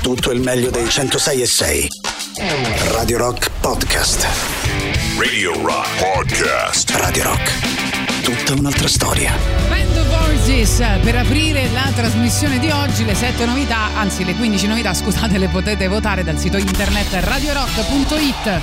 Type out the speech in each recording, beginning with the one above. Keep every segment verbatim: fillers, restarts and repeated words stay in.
tutto il meglio dei centosei e sei. Radio Rock Podcast. Radio Rock Podcast. Radio Rock. Tutta un'altra storia. Band of Horses per aprire la trasmissione di oggi. Le sette novità, anzi le quindici novità, scusate, le potete votare dal sito internet radio rock punto it.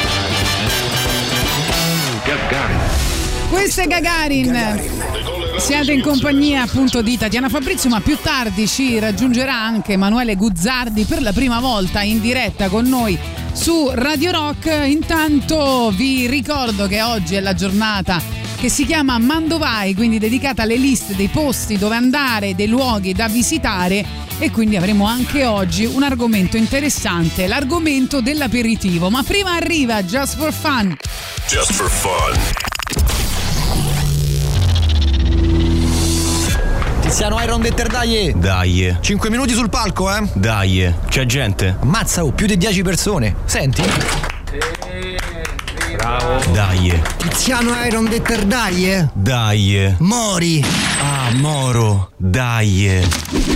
Gagarin. Questo è Gagarin. Gagarin. Siete in compagnia appunto di Tatiana Fabrizio, ma più tardi ci raggiungerà anche Emanuele Guzzardi per la prima volta in diretta con noi su Radio Rock. Intanto vi ricordo che oggi è la giornata che si chiama Mandovai, quindi dedicata alle liste dei posti dove andare, dei luoghi da visitare, e quindi avremo anche oggi un argomento interessante, l'argomento dell'aperitivo. Ma prima arriva Just for Fun. Just for Fun. Tiziano Iron Detter, dai! Dai. cinque minuti sul palco, eh? Dai. C'è gente. Ammazza, oh, più di dieci persone. Senti? Bravo. Dai. Tiziano Iron Detter, dai, eh? Dai. Mori. Ah, Moro. Dai.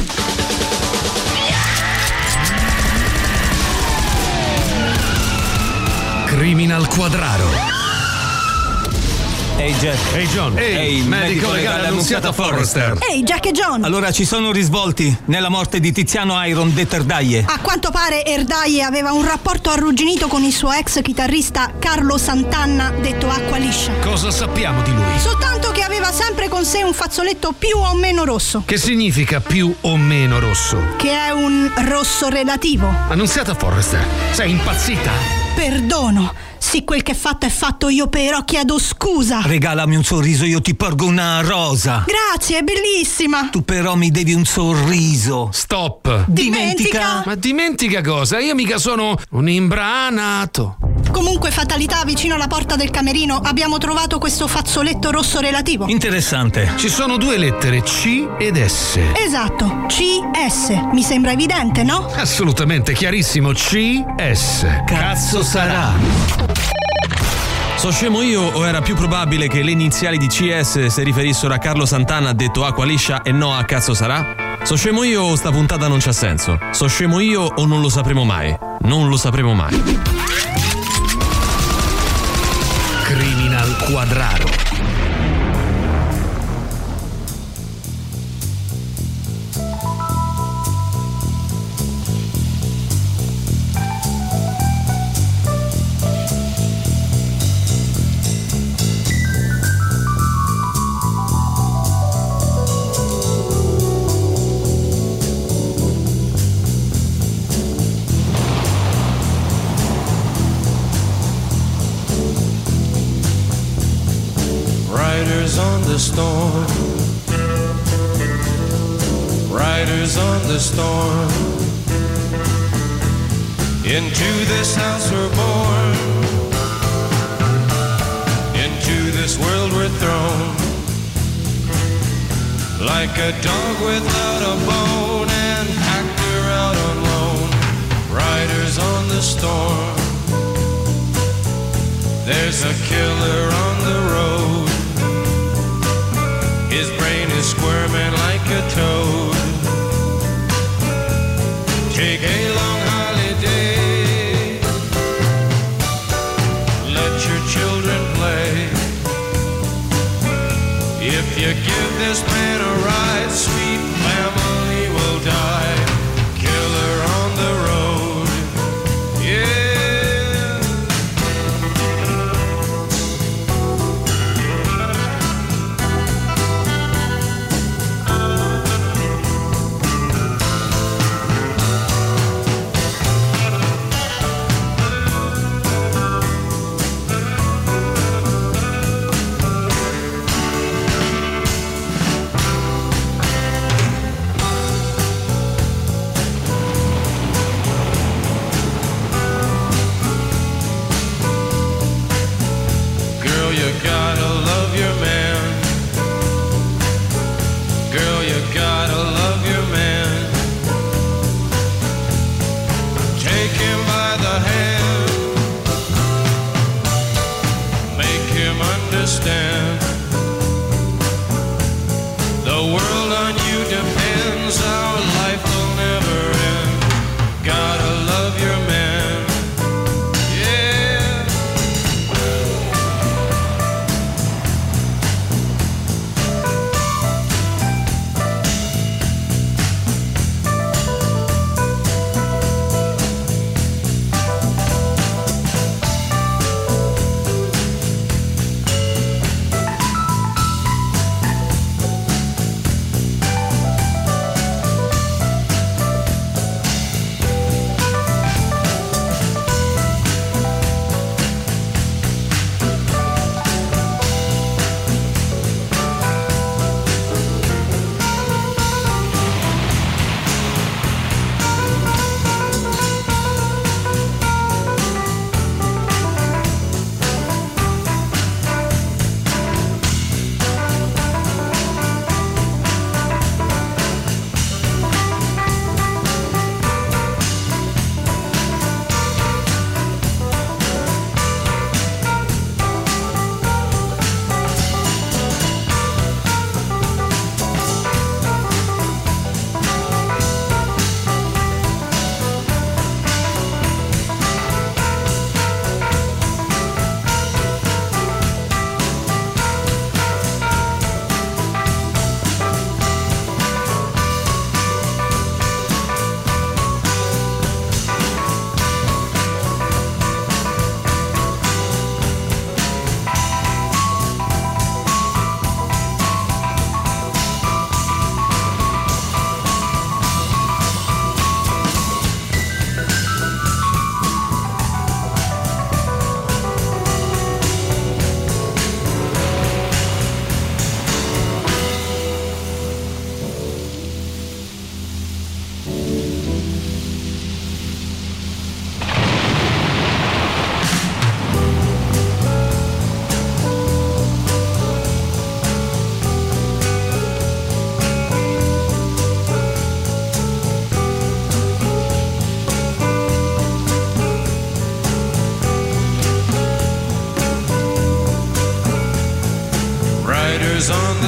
Criminal Quadraro. Ehi hey Jack. Ehi hey John. Ehi hey, medico legale Annunziata Forrester. Ehi hey, Jack e John. Allora ci sono risvolti nella morte di Tiziano Iron Detter Daie. A quanto pare Erdaie aveva un rapporto arrugginito con il suo ex chitarrista Carlo Santana, detto Acqua Liscia. Cosa sappiamo di lui? Soltanto che aveva sempre con sé un fazzoletto più o meno rosso. Che significa più o meno rosso? Che è un rosso relativo. Annunziata Forrester, sei impazzita? Perdono. Sì, quel che è fatto è fatto, io però chiedo scusa. Regalami un sorriso, io ti porgo una rosa. Grazie, è bellissima. Tu però mi devi un sorriso. Stop. Dimentica. Ma dimentica cosa? Io mica sono un imbranato. Comunque, fatalità, vicino alla porta del camerino abbiamo trovato questo fazzoletto rosso relativo. Interessante. Ci sono due lettere, C ed S. Esatto, C S. Mi sembra evidente, no? Assolutamente, chiarissimo, C S. Cazzo sarà? So scemo io o era più probabile che le iniziali di C S si riferissero a Carlo Santana, detto Acqua Liscia, e no a Cazzo sarà? So scemo io o sta puntata non c'ha senso? So scemo io o non lo sapremo mai? Non lo sapremo mai. Criminal Quadraro. On the storm, riders on the storm. Into this house we're born, into this world we're thrown, like a dog without a bone, and actor out on loan. Riders on the storm, there's a killer on the road. His brain is squirming like a toad. Take a long holiday, let your children play. If you give this man a ride, sweet family will die. Killer on the road, yeah. Understand the world on you depends, our life will never end.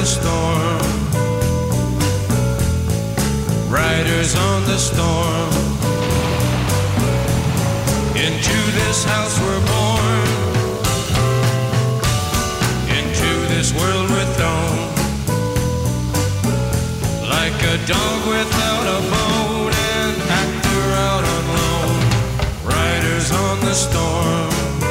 storm. Riders on the storm. Into this house we're born. Into this world we're thrown. Like a dog without a bone, an actor out on loan. Riders on the storm.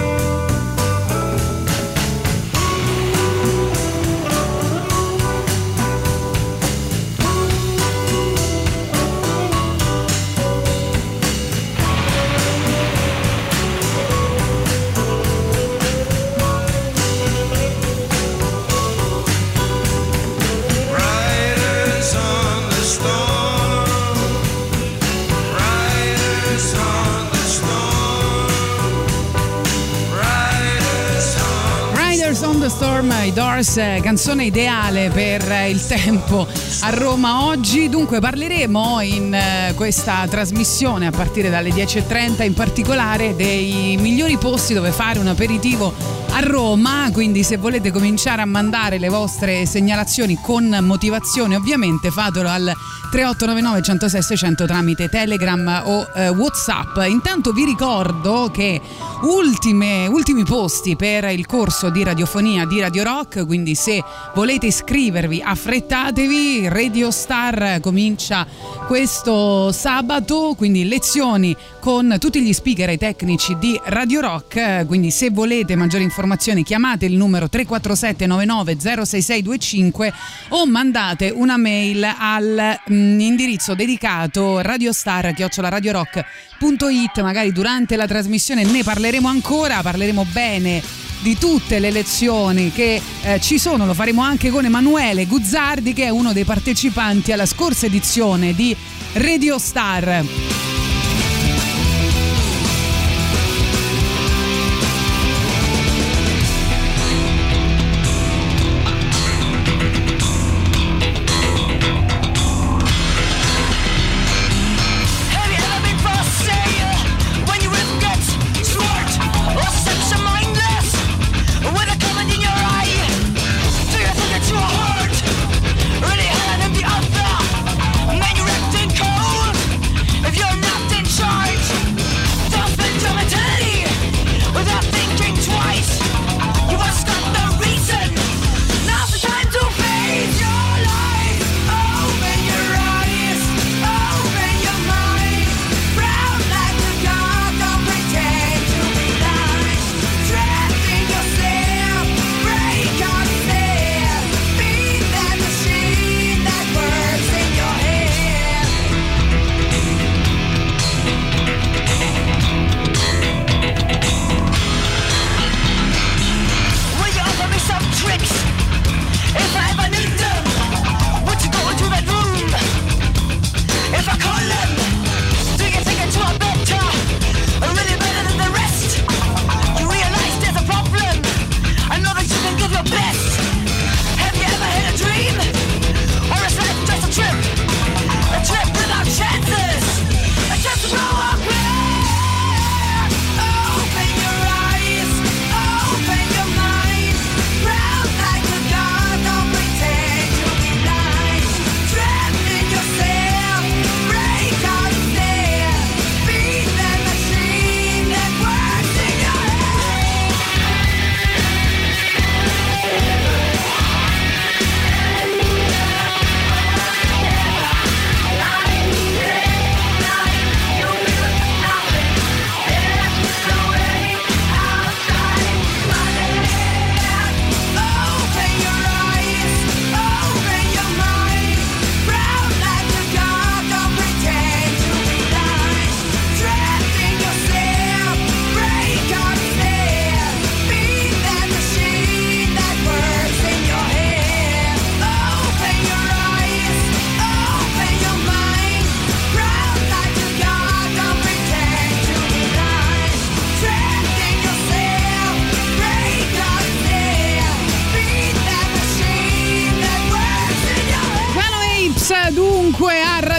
On the Storm, i Doors, canzone ideale per il tempo a Roma oggi. Dunque parleremo in questa trasmissione a partire dalle dieci e trenta in particolare dei migliori posti dove fare un aperitivo a Roma, quindi se volete cominciare a mandare le vostre segnalazioni con motivazione ovviamente fatelo al tre otto nove nove uno zero sei sei zero zero tramite Telegram o eh, WhatsApp. Intanto vi ricordo che ultime, ultimi posti per il corso di radiofonia di Radio Rock, quindi se volete iscrivervi affrettatevi. Radio Star comincia questo sabato, quindi lezioni con tutti gli speaker e tecnici di Radio Rock, quindi se volete maggiori informazioni chiamate il numero tre quattro sette nove nove zero sei sei due cinque o mandate una mail al mh, indirizzo dedicato radiostar chiocciola radiorock punto it. Magari durante la trasmissione ne parleremo ancora, parleremo bene di tutte le lezioni che eh, ci sono. Lo faremo anche con Emanuele Guzzardi, che è uno dei partecipanti alla scorsa edizione di Radio Star. If you're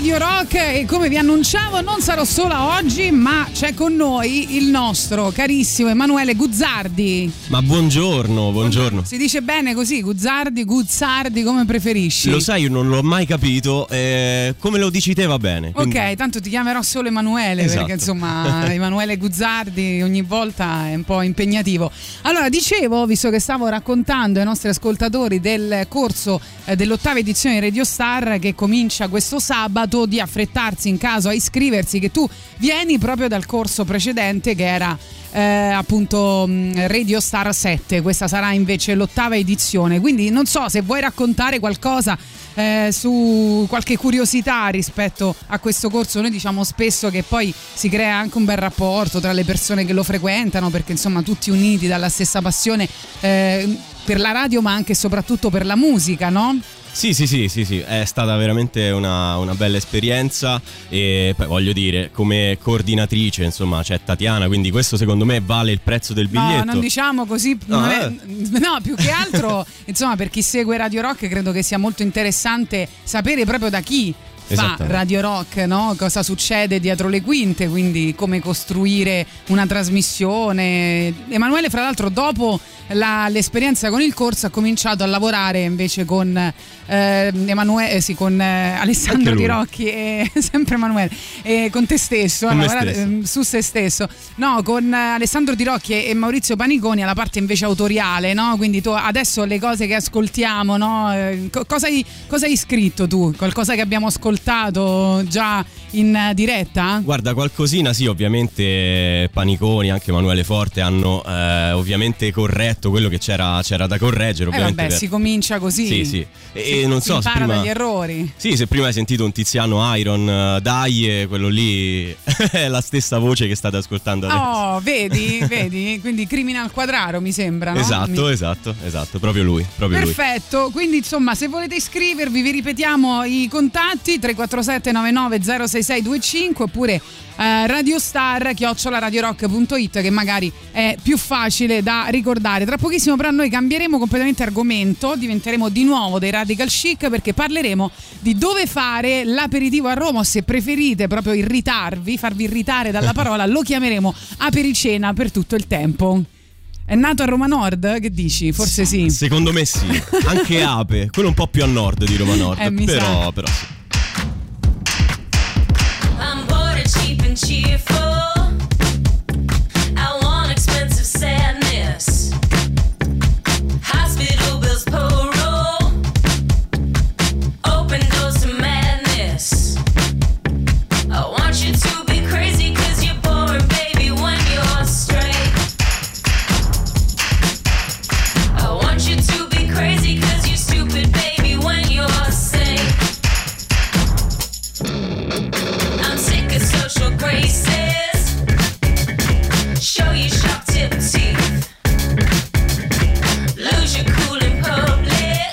Radio Rock e come vi annunciavo non sarò sola oggi, ma c'è con noi il nostro carissimo Emanuele Guzzardi. Ma buongiorno, buongiorno. Si dice bene così, Guzzardi, Guzzardi, come preferisci? Lo sai, io non l'ho mai capito, eh, come lo dici te va bene. Quindi... Ok, tanto ti chiamerò solo Emanuele, esatto. Perché insomma Emanuele Guzzardi ogni volta è un po' impegnativo. Allora, dicevo, visto che stavo raccontando ai nostri ascoltatori del corso eh, dell'ottava edizione di Radio Star che comincia questo sabato, di affrettarsi in caso a iscriversi, che tu vieni proprio dal corso precedente che era eh, appunto Radio Star sette, questa sarà invece l'ottava edizione, quindi non so se vuoi raccontare qualcosa eh, su qualche curiosità rispetto a questo corso. Noi diciamo spesso che poi si crea anche un bel rapporto tra le persone che lo frequentano, perché insomma tutti uniti dalla stessa passione eh, per la radio ma anche e soprattutto per la musica, no? Sì, sì, sì, sì, sì, è stata veramente una, una bella esperienza e poi voglio dire, come coordinatrice, insomma, c'è Tatiana, quindi questo secondo me vale il prezzo del biglietto. No, non diciamo così, no, non è, eh. no, più che altro, insomma, per chi segue Radio Rock credo che sia molto interessante sapere proprio da chi fa Radio Rock, no? Cosa succede dietro le quinte, quindi come costruire una trasmissione. Emanuele, fra l'altro, dopo la, l'esperienza con il corso ha cominciato a lavorare invece con eh, Emanuele, eh, sì, con eh, Alessandro Di Rocchi e sempre Emanuele, e con te stesso, con a lavorare stesso. su se stesso. No, con Alessandro Di Rocchi e, e Maurizio Paniconi alla parte invece autoriale, no? Quindi tu adesso le cose che ascoltiamo, no? Eh, cosa hai, cosa hai scritto tu? Qualcosa che abbiamo ascoltato già in diretta? Guarda, qualcosina sì, ovviamente Paniconi, anche Emanuele Forte hanno eh, ovviamente corretto quello che c'era, c'era da correggere, ovviamente. Eh vabbè, per... si comincia così. Sì, sì. E, si, e non si so impara se prima... dagli errori. Sì, se prima hai sentito un Tiziano Iron, uh, dai, quello lì è la stessa voce che state ascoltando adesso. Oh, vedi, vedi? Quindi Criminal Quadraro mi sembra, no? Esatto, mi... esatto, esatto, proprio lui, proprio Perfetto, lui. Quindi insomma, se volete iscrivervi vi ripetiamo i contatti: tre quattro sette nove nove zero sei sei due cinque oppure eh, radiostar chiocciola radiorock punto it, che magari è più facile da ricordare. Tra pochissimo però noi cambieremo completamente argomento, diventeremo di nuovo dei Radical Chic, perché parleremo di dove fare l'aperitivo a Roma, o se preferite proprio irritarvi, farvi irritare dalla parola, lo chiameremo apericena per tutto il tempo. È nato a Roma Nord? Che dici? Forse sì. Secondo me sì. Anche Ape, quello un po' più a nord di Roma Nord, eh, però, sa. però sì. Cheap and cheerful. I want expensive sadness. Hospital bills payroll. Open doors to madness. I want you to be crazy 'cause you're boring, baby, when you're straight. I want you to be crazy 'cause you're stupid, baby, when you're sane. I'm sick of social graces. Show your sharp tip teeth. Lose your cool in public.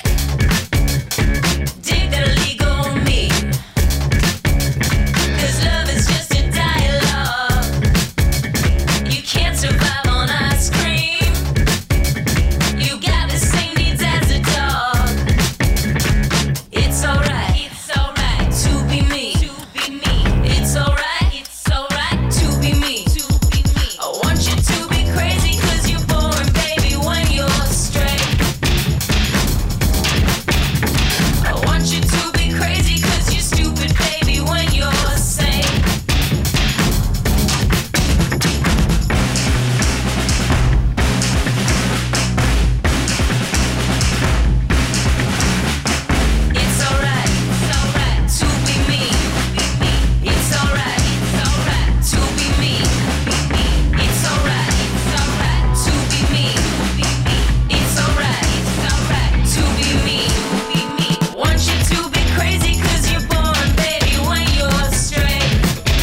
Dig that illegal mean. 'Cause love is just a dialogue. You can't survive on ice cream. You got the same needs as a dog. It's alright, it's alright to be me. It's alright, it's alright to be me. I want you to be crazy 'cause you're boring, baby, when you're straight. I want you to be crazy 'cause you're stupid, baby, when you're sane. It's alright, it's alright to be me. It's alright, it's alright to be me. It's alright, it's alright to be me. It's alright, it's alright to be me. Want you to be crazy 'cause you're born, baby, when you're straight.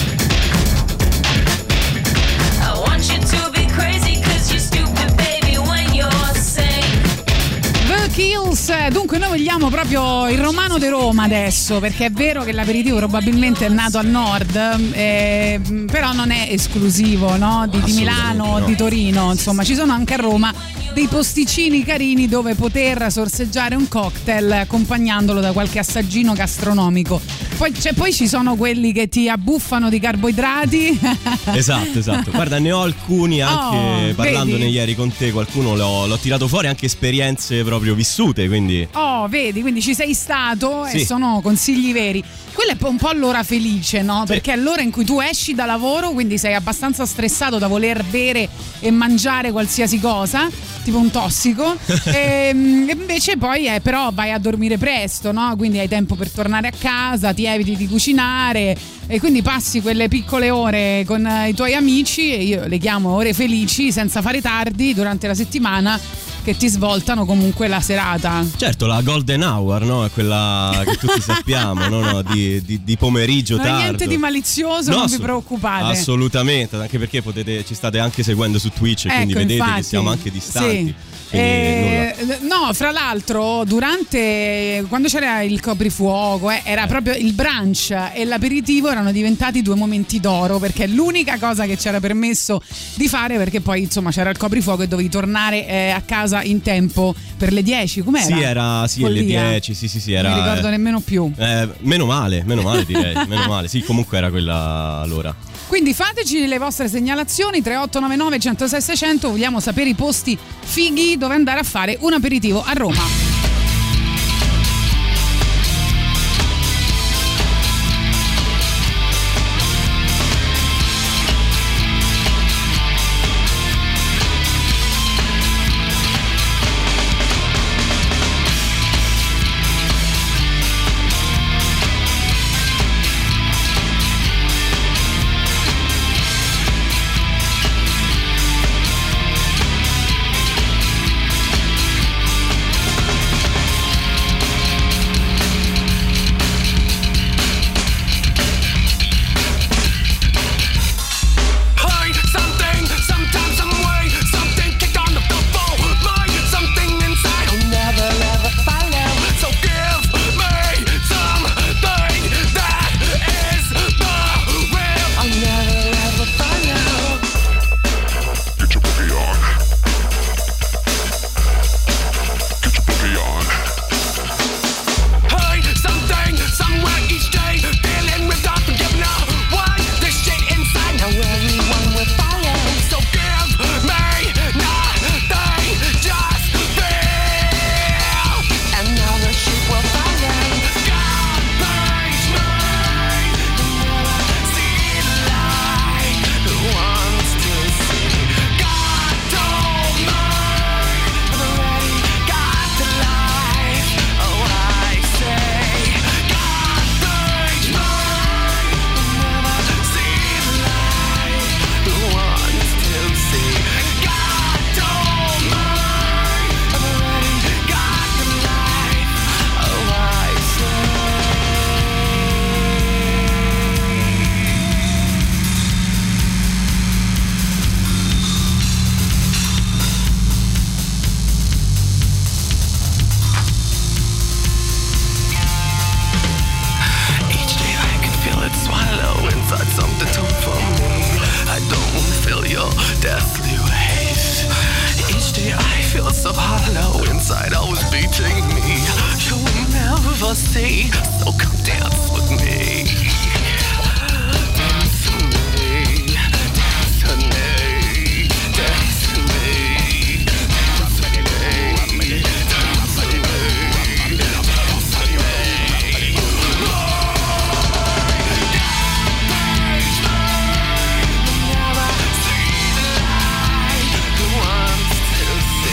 I want you to be crazy 'cause you're stupid, baby, when you're sane. The Kills. Dunque noi vogliamo proprio il romano di Roma adesso, perché è vero che l'aperitivo probabilmente è nato al nord, eh, però non è esclusivo, no? di, di Milano, no. di Torino, insomma ci sono anche a Roma dei posticini carini dove poter sorseggiare un cocktail accompagnandolo da qualche assaggino gastronomico. poi, cioè, poi ci sono quelli che ti abbuffano di carboidrati. Esatto, esatto. Guarda, ne ho alcuni anche, Oh, parlandone vedi? ieri con te, qualcuno l'ho, l'ho tirato fuori, anche esperienze proprio vissute, quindi... Oh, vedi, quindi ci sei stato Sì. e sono consigli veri. Quella è un po' l'ora felice, no? Perché è l'ora in cui tu esci da lavoro, quindi sei abbastanza stressato da voler bere e mangiare qualsiasi cosa, tipo un tossico. e invece poi è, però vai a dormire presto, no? Quindi hai tempo per tornare a casa, ti eviti di cucinare e quindi passi quelle piccole ore con eh, i tuoi amici, e io le chiamo ore felici, senza fare tardi durante la settimana, che ti svoltano comunque la serata. Certo, la golden hour, no? È quella che tutti sappiamo, no? No, di, di, di pomeriggio Non è tardo. niente di malizioso, No, non vi ass- preoccupate. Assolutamente, anche perché potete, ci state anche seguendo su Twitch, Ecco, quindi vedete infatti, che siamo anche distanti. sì. Quindi Eh, nulla. no, fra l'altro, durante quando c'era il coprifuoco, eh, era proprio il brunch e l'aperitivo erano diventati due momenti d'oro, perché è l'unica cosa che c'era permesso di fare, perché poi insomma c'era il coprifuoco e dovevi tornare eh, a casa in tempo per le dieci. Com'era? Sì, era sì, alle Follia. dieci, sì, sì, sì, era. Non mi ricordo eh, nemmeno più. eh, meno male, meno male direi, meno male. Sì, comunque era quella l'ora. Quindi fateci le vostre segnalazioni tre otto nove nove, uno zero sei, sei zero zero. Vogliamo sapere i posti fighi dove andare a fare un aperitivo a Roma.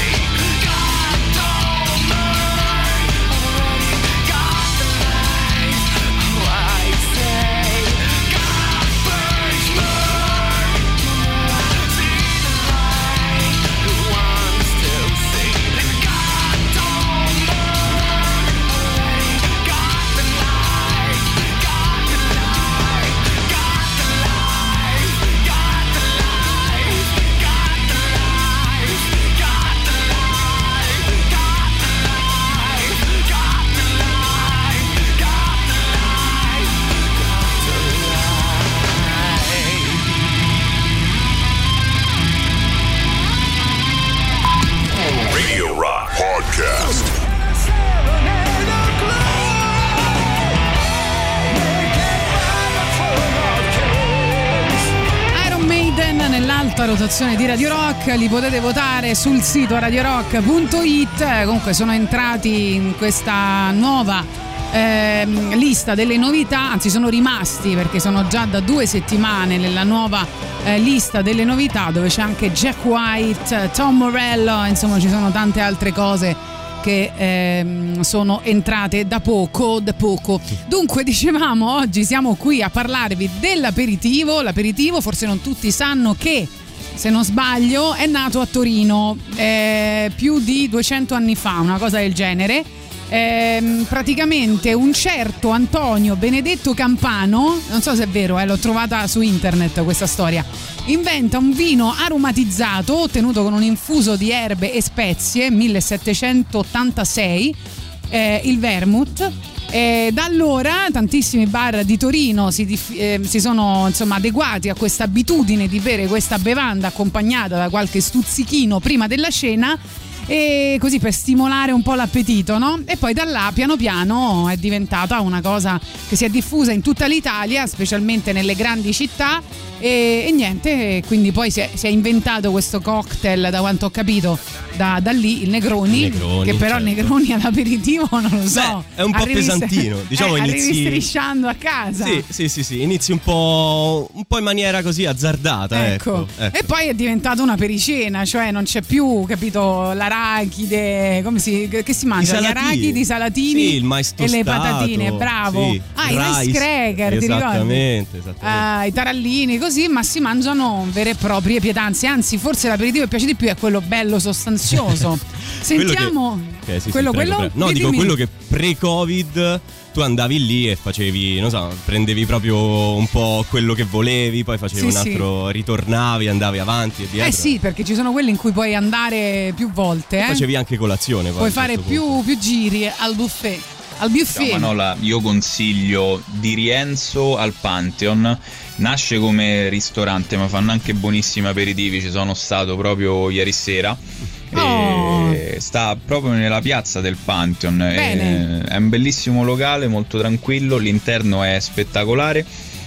God nell'alta rotazione di Radio Rock, li potete votare sul sito radio rock punto it. Comunque sono entrati in questa nuova eh, lista delle novità, anzi sono rimasti perché sono già da due settimane nella nuova eh, lista delle novità, dove c'è anche Jack White, Tom Morello, insomma ci sono tante altre cose che ehm, sono entrate da poco, da poco. Dunque, dicevamo, oggi siamo qui a parlarvi dell'aperitivo. L'aperitivo, forse non tutti sanno che, se non sbaglio, è nato a Torino eh, più di duecento anni fa, una cosa del genere. Eh, praticamente un certo Antonio Benedetto Campano, non so se è vero, eh, l'ho trovata su internet questa storia, inventa un vino aromatizzato ottenuto con un infuso di erbe e spezie, millesettecentottantasei, eh, il vermouth. E da allora tantissimi bar di Torino si, dif- eh, si sono insomma adeguati a questa abitudine di bere questa bevanda accompagnata da qualche stuzzichino prima della cena, e così per stimolare un po' l'appetito, no? E poi da là piano piano è diventata una cosa che si è diffusa in tutta l'Italia, specialmente nelle grandi città, e, e niente, quindi poi si è, si è inventato questo cocktail, da quanto ho capito, da, da lì, il Negroni, Negroni, che però certo. Negroni all'aperitivo non lo so. Beh, è un po' arrivi pesantino, st- diciamo, eh, inizi arrivi strisciando a casa. Sì, sì, sì, sì, inizi un po' un po' in maniera così azzardata, ecco. Ecco. ecco. E poi è diventato una pericena, cioè non c'è più, capito, l'arachide, come si, che si mangia? I Gli salatini. arachidi, i salatini Sì, il mais e le tostato, patatine, bravo. sì. Ah, i rice cracker, ti ricordi? Esattamente, esattamente. Ah, i tarallini, così, ma si mangiano vere e proprie pietanze. Anzi, forse l'aperitivo che piace di più è quello bello sostanzioso. Sentiamo Quello che, okay, sì, sì, quello, prego, quello prego. No, Dimmi. dico quello che pre-Covid tu andavi lì e facevi, non so, prendevi proprio un po' quello che volevi, poi facevi Sì, un sì. altro, ritornavi, andavi avanti e dietro. Eh sì, perché ci sono quelli in cui puoi andare più volte, eh? Facevi anche colazione. Poi, Puoi a un fare certo più, punto. più giri al buffet. Al buffet. Ciao Manola, io consiglio di Rienzo al Pantheon. Nasce come ristorante, ma fanno anche buonissimi aperitivi. Ci sono stato proprio ieri sera. Oh. E sta proprio nella piazza del Pantheon. Bene. E è un bellissimo locale, molto tranquillo. L'interno è spettacolare.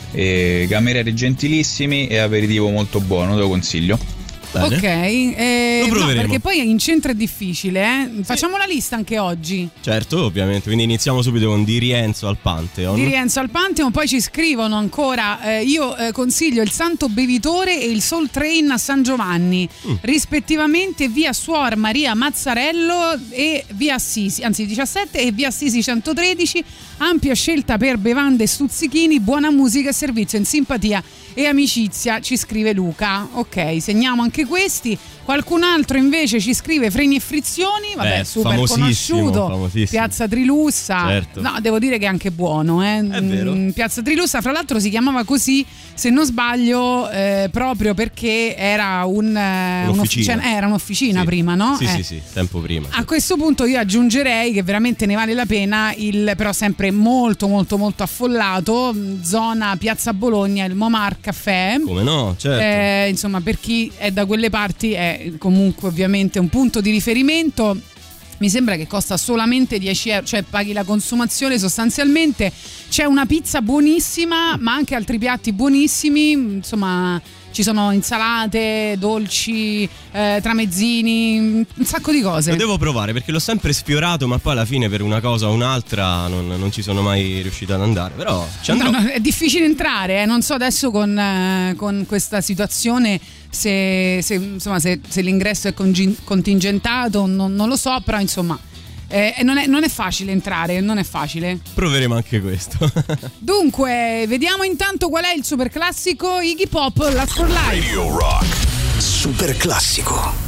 E camerieri gentilissimi e aperitivo molto buono, te lo consiglio. Bene. Ok, eh, Lo no, proveremo. perché poi in centro è difficile, eh? Facciamo la lista anche oggi. Certo, ovviamente, quindi iniziamo subito con Di Rienzo al Pantheon. Di Rienzo al Pantheon, poi ci scrivono ancora, eh, io eh, consiglio il Santo Bevitore e il Soul Train a San Giovanni, Mm. rispettivamente via Suor Maria Mazzarello e via Assisi, anzi diciassette e via Assisi centotredici, ampia scelta per bevande e stuzzichini, buona musica e servizio in simpatia e amicizia, ci scrive Luca. Ok, segniamo anche questi. Qualcun altro invece ci scrive Freni e Frizioni, vabbè, Beh, super famosissimo, conosciuto, famosissimo. Piazza Trilussa. Certo. No, devo dire che è anche buono, eh. È vero. Mm, Piazza Trilussa, fra l'altro si chiamava così, se non sbaglio, eh, proprio perché era un, eh, Un'officina. un'officina, eh, era un'officina Sì. prima, no? Sì, Eh. sì, sì, tempo prima. A questo punto io aggiungerei che veramente ne vale la pena, il, però sempre molto molto molto affollato, zona Piazza Bologna, il Momar Caffè. Come no, certo. Eh, insomma, per chi è da quelle parti è comunque ovviamente un punto di riferimento. Mi sembra che costa solamente dieci euro, cioè paghi la consumazione sostanzialmente. C'è una pizza buonissima, ma anche altri piatti buonissimi, insomma ci sono insalate, dolci, eh, tramezzini, un sacco di cose. Lo devo provare perché l'ho sempre sfiorato, ma poi alla fine per una cosa o un'altra non, non ci sono mai riuscito ad andare. Però ci andrò. No, no, è difficile entrare, eh. Non so adesso con, eh, con questa situazione se, se, insomma, se, se l'ingresso è congi- contingentato, non, non lo so, però insomma eh, non, è, non è facile entrare, non è facile. Proveremo anche questo. Dunque, vediamo intanto qual è il super classico Iggy Pop, Last for Life. Radio Rock. Super classico.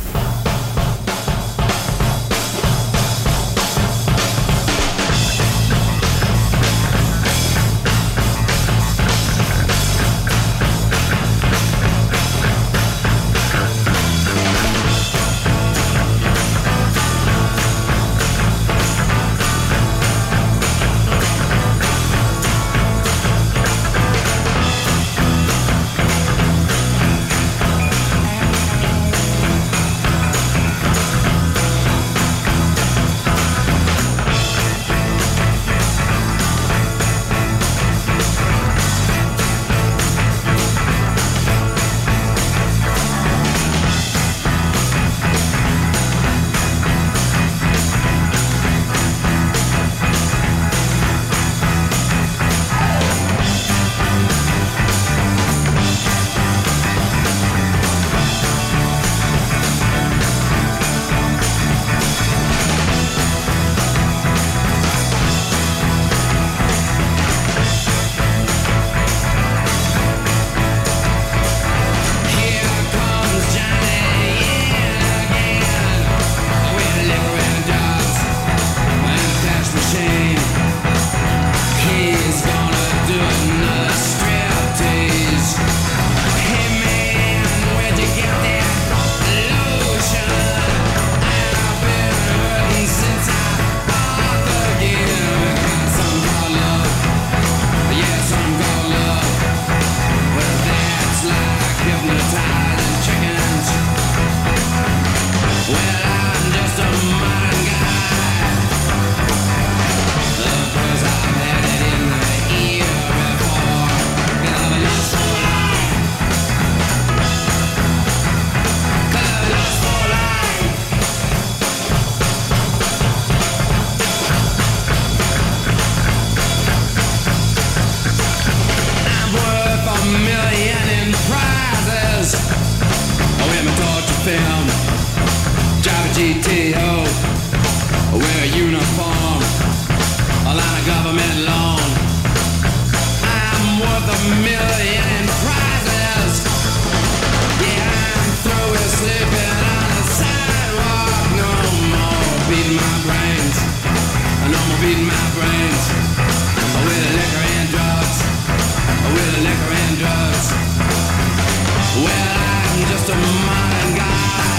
just a modern guy.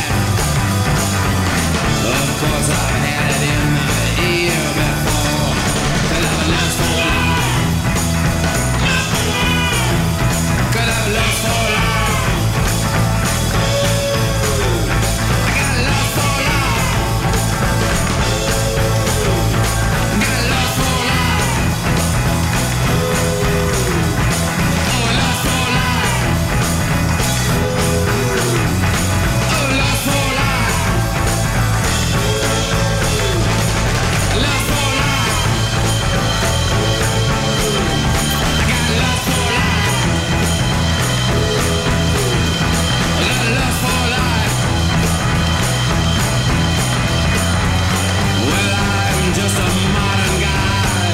Of course I had it in my ear before. Could have lust for life. Could have lust for life. I got lust for life. I got lust for life. Oh, lust for life. Oh, lust for life. Lust for life. I got lust for life. I got lust for life. Well, I'm just a modern guy.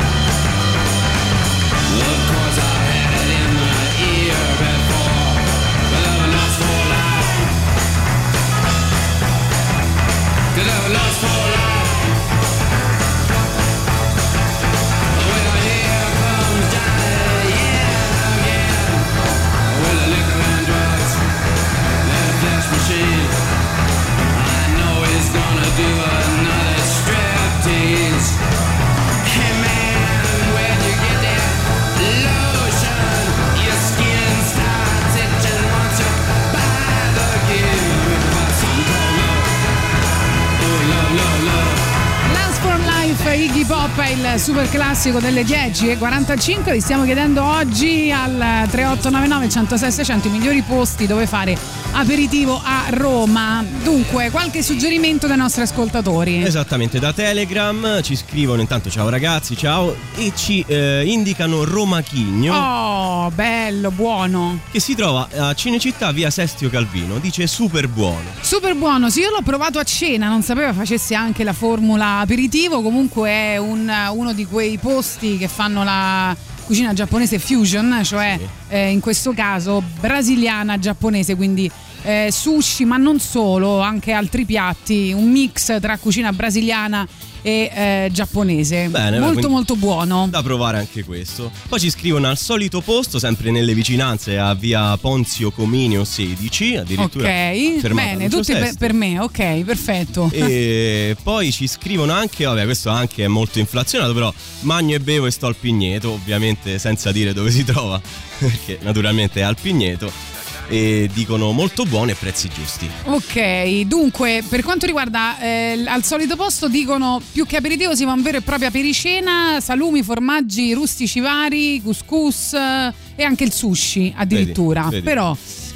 Of course I had it in my ear before. But I'm lust for life. Cause I'm lust for life. Well, here comes Johnny, yeah, again. With the liquor and drugs, that flesh machine. I know he's gonna do another striptease. Hey man, when you get that lotion, your skin starts itching once you buy the gear. About something called love. Oh, love, love, love. Last for Life, Iggy Pop è il super classico delle dieci e quarantacinque. Vi stiamo chiedendo oggi al tre otto nove nove, uno zero sei, sei zero zero i migliori posti dove fare aperitivo a Roma. Dunque, qualche suggerimento dai nostri ascoltatori? Esattamente, da Telegram ci scrivono intanto ciao ragazzi, ciao, e ci eh, indicano Roma Chigno. Oh, bello, buono. Che si trova a Cinecittà via Sestio Calvino, dice super buono. Super buono, sì, io l'ho provato a cena, non sapevo facesse anche la formula aperitivo, comunque è un, uno di quei posti che fanno la cucina giapponese fusion, cioè Sì. eh, in questo caso brasiliana giapponese, quindi eh, sushi, ma non solo, anche altri piatti, un mix tra cucina brasiliana e eh, giapponese. Bene, molto quindi molto buono. Da provare anche questo. Poi ci scrivono al solito posto, sempre nelle vicinanze, a via Ponzio Cominio sedici, addirittura Ok, fermata bene, Lucio tutte per, Sesto. per me, ok, perfetto. E poi ci scrivono anche, vabbè, questo anche è molto inflazionato, però magno e bevo e sto al Pigneto, ovviamente senza dire dove si trova, perché naturalmente è al Pigneto. E dicono molto buono e prezzi giusti. Ok, dunque per quanto riguarda eh, al solito posto dicono più che aperitivo si va un vero e proprio apericena, salumi, formaggi rustici vari, couscous eh, e anche il sushi addirittura. Vedi, vedi. Però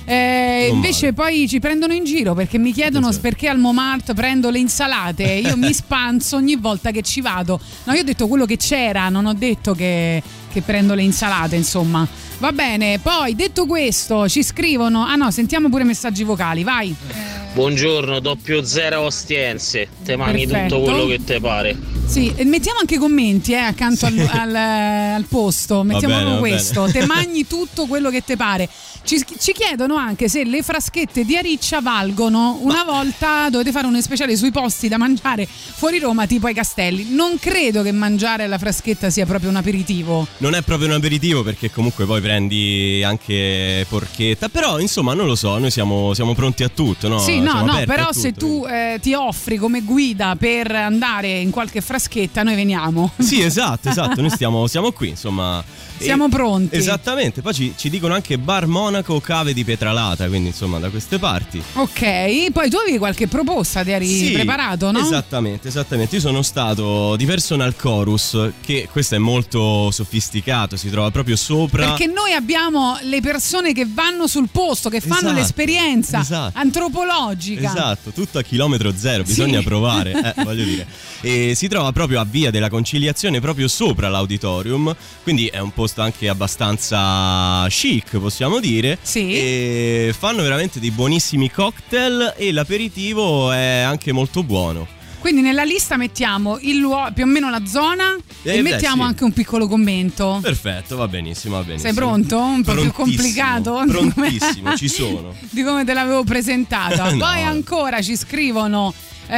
eh, Non invece male. poi ci prendono in giro perché mi chiedono Attenzione. perché al Momart prendo le insalate. Io mi spanzo ogni volta che ci vado. No, io ho detto quello che c'era, non ho detto che, che prendo le insalate, insomma. Va bene, poi detto questo ci scrivono. Ah no, sentiamo pure messaggi vocali, vai. Buongiorno, doppio zero Ostiense, te mangi Perfetto. tutto quello che te pare. Sì, e mettiamo anche commenti eh, accanto al, al, al posto. Mettiamo bene, proprio va questo. bene. Te mangi tutto quello che te pare. Ci, ci chiedono anche se le fraschette di Ariccia valgono. Una volta dovete fare un speciale sui posti da mangiare fuori Roma, tipo ai Castelli. Non credo che mangiare la fraschetta sia proprio un aperitivo. Non è proprio un aperitivo perché comunque poi prendi anche porchetta, però insomma non lo so, noi siamo, siamo pronti a tutto, no? Sì, no, Siamo no, aperti a però tutto, se tu eh, ti offri come guida per andare in qualche fraschetta, noi veniamo. Sì, esatto, esatto, noi stiamo, siamo qui, insomma. Siamo E- pronti. Esattamente, poi ci, ci dicono anche Bar Monaco, Cave di Pietralata, quindi insomma da queste parti. Ok, poi tu avevi qualche proposta, ti eri Sì, preparato, no? Esattamente, esattamente. Io sono stato di Personal Chorus, che questo è molto sofisticato, si trova proprio sopra. Perché noi abbiamo le persone che vanno sul posto, che fanno Esatto, l'esperienza esatto. antropologica. Esatto, tutto a chilometro zero, bisogna Sì. provare, eh, voglio dire. E si trova proprio a Via della Conciliazione, proprio sopra l'auditorium, quindi è un posto anche abbastanza chic, possiamo dire. Sì. E fanno veramente dei buonissimi cocktail e l'aperitivo è anche molto buono. Quindi nella lista mettiamo il luogo, più o meno la zona Eh, e beh, mettiamo sì. anche un piccolo commento. Perfetto, va benissimo, va benissimo. Sei pronto? Un po' più Prontissimo, complicato? Prontissimo, ci sono. Di come te l'avevo presentata. No. Poi ancora ci scrivono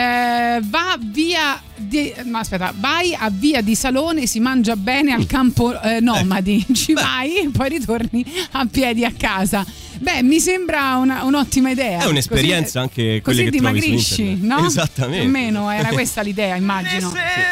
eh, va via di, no, aspetta, vai a Via di Salone, si mangia bene al campo eh, nomadi, ci vai e poi ritorni a piedi a casa. Beh, mi sembra una, un'ottima idea. È un'esperienza così, anche quelle così che trovi su dimagrisci, internet. no? Esattamente. Più o meno era questa l'idea, immagino.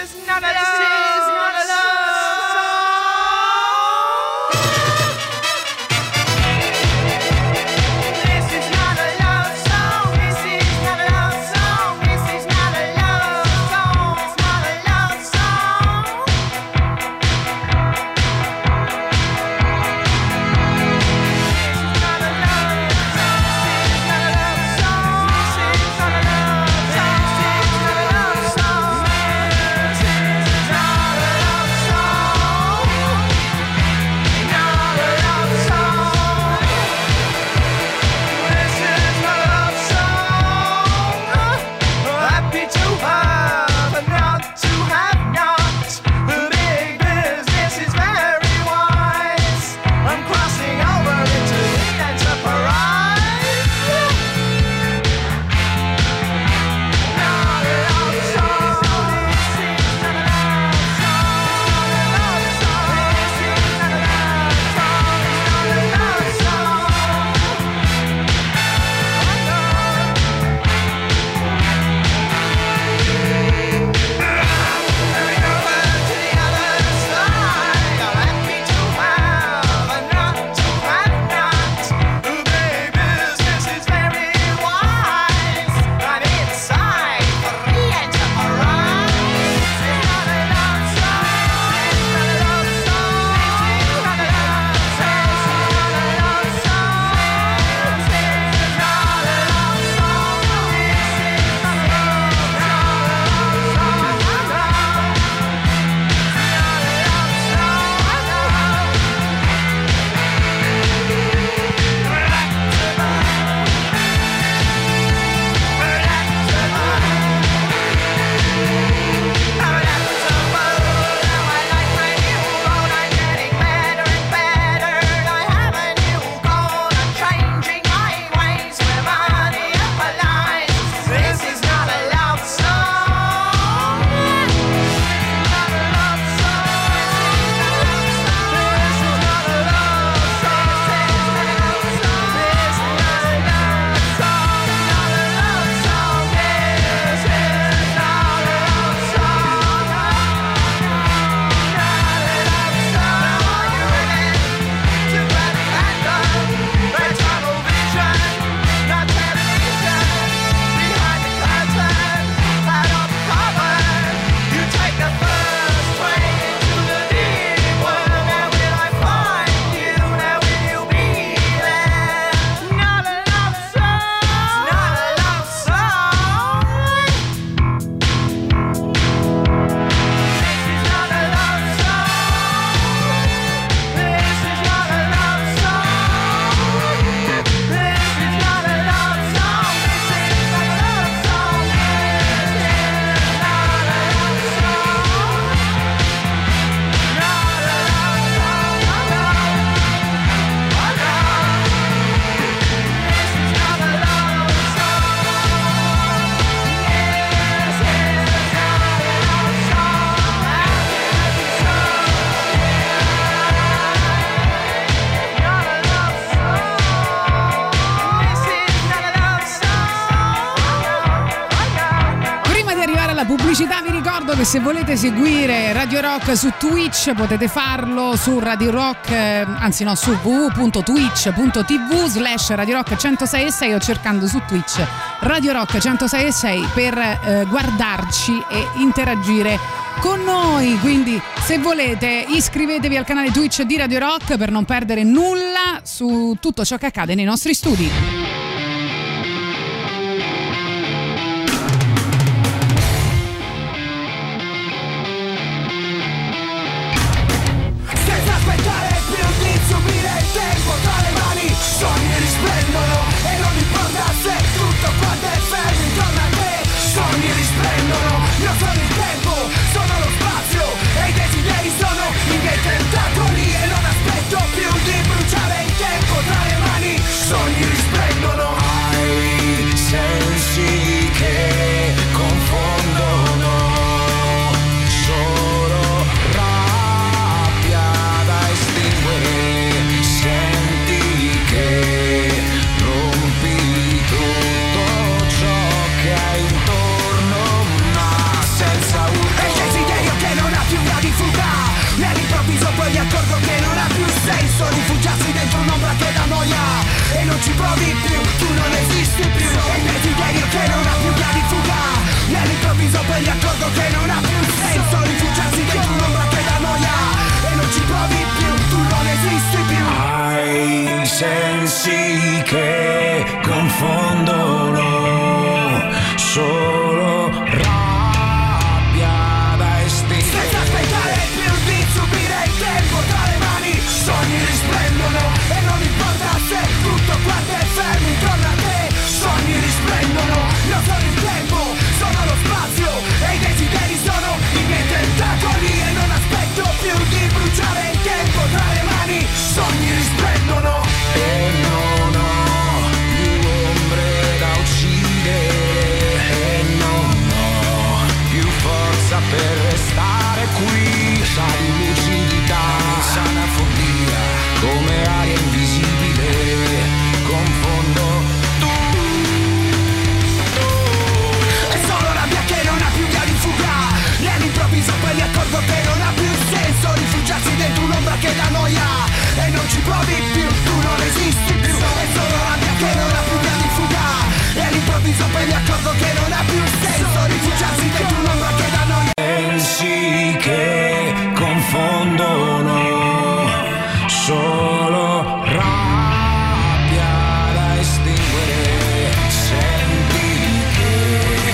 pubblicità vi ricordo che se volete seguire Radio Rock su Twitch potete farlo su Radio Rock, eh, anzi no, su w w w punto twitch punto t v slash Radio Rock centosei e sei o cercando su Twitch Radio Rock centosei e sei per eh, guardarci e interagire con noi. Quindi se volete iscrivetevi al canale Twitch di Radio Rock per non perdere nulla su tutto ciò che accade nei nostri studi. Sogni risplendono e non importa se tutto quanto è fermo intorno a te. Sogni risplendono, io sono il tempo, sono lo spazio e i desideri sono i miei tentacoli e non aspetto più di bruciare il tempo tra le mani. Sogni risplendono, hai sensi che confondono, solo rabbia da estinguere. Senti che confondono solo rabbia da estinguere. Senza aspettare più di subire il tempo tra le mani, sogni risplendono e non importa se tutto quanto è fermo intorno a te. Sogni risplendono, non sono il tempo, sono lo spazio e i desideri sono i miei tentacoli e non aspetto più di bruciare il tempo tra le mani. Sogni risplendono e non ho più ombre da uccidere e non ho più forza per restare qui. Sa di lucidità, sana follia, come aria invisibile, confondo tu. È solo rabbia che non ha più via di fuga e all'improvviso poi mi accorgo che non ha più senso rifugiarsi dentro un'ombra che dà noia e non ci provi più, tu non esisti più. È solo rabbia che non ha più via di fuga e all'improvviso poi mi accorgo che non ha più senso rifugiarsi dentro un'ombra che dà noia. Pensi che confondono solo rabbia da estinguere. Senti che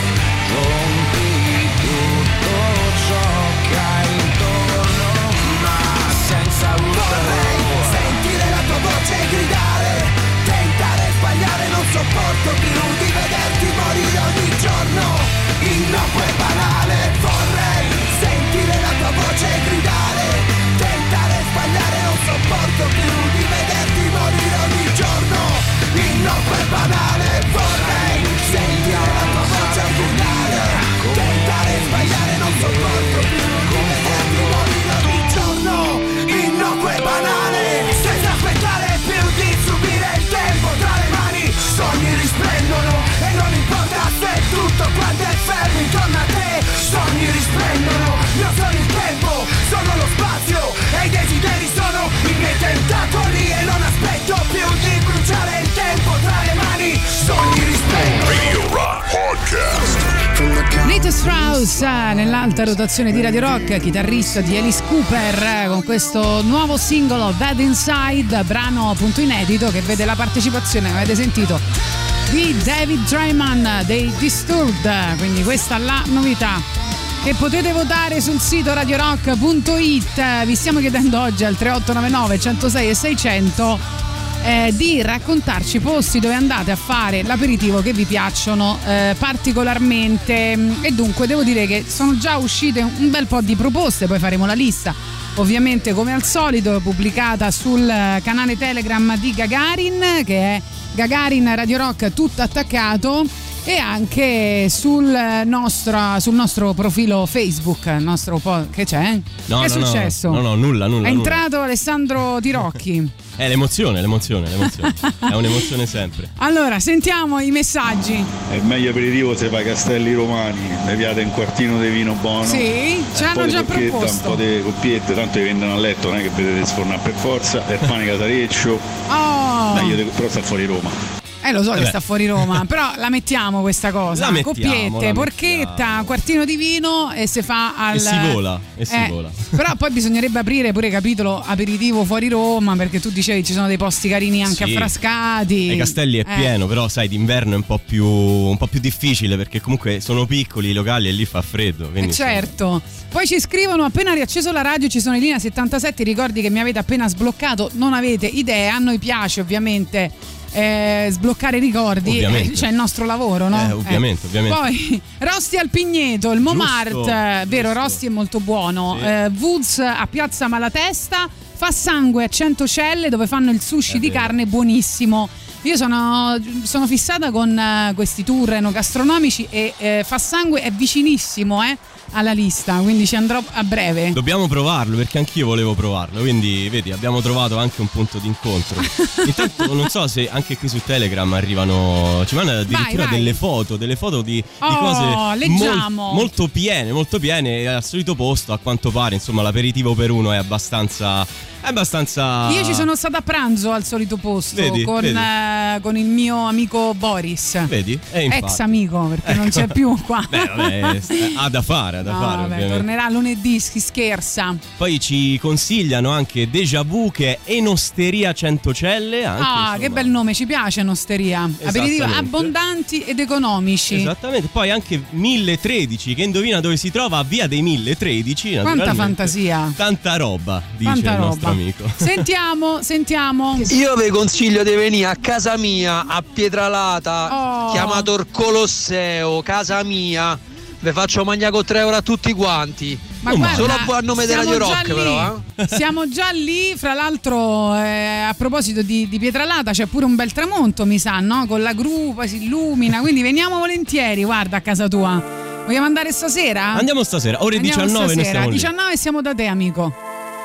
rompi tutto ciò che hai intorno, ma senza urlare. Sentire la tua voce gridare, tentare e sbagliare, non sopporto più di vederti morire ogni giorno. Innocuo e banale, vorrei sentire la tua voce gridare, tentare e sbagliare, non sopporto più di vederti morire ogni giorno. Innocuo e banale, vorrei sentire la tua voce gridare, tentare e sbagliare, non sopporto più di vederti morire ogni giorno. Innocuo e banale, senza aspettare più di subire il tempo tra le mani. Sogni risplendono e non importa se tutto quanto è fermo intorno a te. Sogni risplendono, non sono il tempo, sono lo spazio e i desideri sono i miei tentacoli e non aspetto più di bruciare il tempo tra le mani. Sogni risplendono. Radio Rock Podcast. Nate Strauss eh, nell'alta rotazione di Radio Rock, chitarrista di Alice Cooper, eh, con questo nuovo singolo Bad Inside, brano appunto inedito che vede la partecipazione, avete sentito, di David Draiman dei Disturbed. Quindi questa è la novità che potete votare sul sito radio rock punto it. Vi stiamo chiedendo oggi al tre otto nove nove, centosei e seicento Eh, di raccontarci posti dove andate a fare l'aperitivo che vi piacciono eh, particolarmente, e dunque devo dire che sono già uscite un bel po' di proposte, poi faremo la lista ovviamente come al solito pubblicata sul canale Telegram di Gagarin, che è Gagarin Radio Rock tutto attaccato, e anche sul nostro, sul nostro profilo Facebook, il nostro po- che c'è? No, che è no, successo? No, no, nulla, nulla. È nulla. entrato Alessandro Tirocchi. È l'emozione, l'emozione, l'emozione. È un'emozione sempre. Allora, sentiamo i messaggi. È meglio aperitivo se fa Castelli Romani, beviate un quartino di vino buono. Sì, ci hanno già proposto. Un po' di coppiette, tanto vi vendono a letto, non è che vedete sfornare per forza. E il pane casareccio. Oh. Meglio di, però sta fuori Roma. Eh lo so Eh che beh. sta fuori Roma, però la mettiamo questa cosa. La mettiamo, Coppiette, la porchetta, quartino di vino e si fa al... E si vola, e si Eh, vola. Però poi bisognerebbe aprire pure capitolo aperitivo fuori Roma, perché tu dicevi ci sono dei posti carini anche Sì. affrascati. Ai Castelli è Eh. pieno, però sai, d'inverno è un po' più un po' più difficile perché comunque sono piccoli i locali e lì fa freddo. Quindi Eh, certo. Poi ci scrivono: appena riacceso la radio ci sono in linea settantasette, ricordi che mi avete appena sbloccato, non avete idea, a noi piace ovviamente eh, sbloccare ricordi, Ovviamente. eh, c'è il nostro lavoro, no? Eh, ovviamente, ovviamente. Poi Rosti al Pigneto, il Momart, Giusto, eh, vero, giusto. Rosti è molto buono. Sì. eh, Woods a Piazza Malatesta, Fa Sangue a Centocelle, dove fanno il sushi È di vero. carne buonissimo. Io sono, sono fissata con eh, questi tour enogastronomici e eh, Fa Sangue è vicinissimo eh, alla lista, quindi ci andrò a breve. Dobbiamo provarlo perché anch'io volevo provarlo, quindi vedi, abbiamo trovato anche un punto d'incontro. Intanto non so se anche qui su Telegram arrivano, ci mandano addirittura Vai, vai. delle foto, delle foto di, di Oh, cose leggiamo. mol- molto piene, molto piene, e al solito posto a quanto pare, insomma, l'aperitivo per uno è abbastanza È abbastanza. Io ci sono stata a pranzo al solito posto. Vedi, con, vedi. eh, con il mio amico Boris. Vedi? E infatti. Ex amico, perché non c'è più qua. Beh, vabbè, ha da fare, ha da No, fare. vabbè, ovviamente. tornerà lunedì, si scherza. Poi ci consigliano anche Déjà Vu, che è Enosteria Centocelle. Anche, Ah, insomma. che bel nome, ci piace Enosteria. Aperitivi Esattamente. abbondanti ed economici. Esattamente, poi anche mille tredici, che indovina dove si trova, a via dei mille tredici. Quanta naturalmente. fantasia. Tanta roba, dice Tanta il nostro roba. amico. Sentiamo, sentiamo. Io vi consiglio di venire a casa mia, a Pietralata, Oh. chiamato il Colosseo, casa mia. Vi faccio mangiare con tre euro a tutti quanti. Ma guarda, solo a buon nome della siamo Radio già Rock, lì. però. Eh? Siamo già lì, fra l'altro, eh, a proposito di, di Pietralata c'è pure un bel tramonto, mi sa, no? Con la gru, poi si illumina, quindi veniamo volentieri, guarda, a casa tua. Vogliamo andare stasera? Andiamo stasera, ore Andiamo diciannove, noi stasera. stiamo lì. diciannove siamo da te, amico.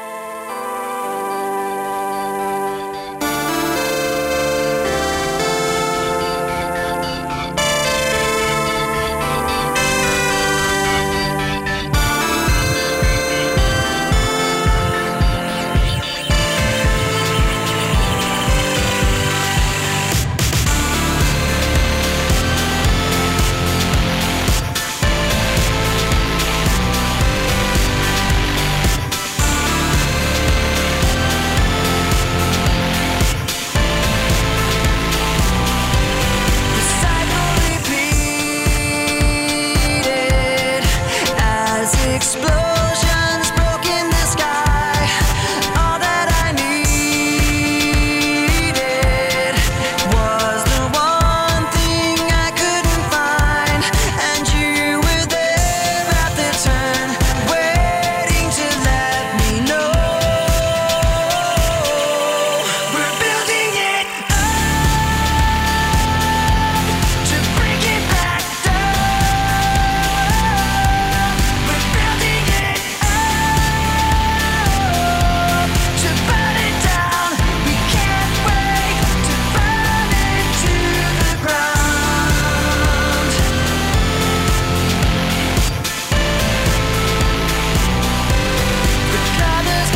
Explosions broke in the sky. All that I needed was the one thing I couldn't find, and you were there at the turn, waiting to let me know. We're building it up to bring it back down. We're building it up to burn it down. We can't wait to burn it to the ground. The colors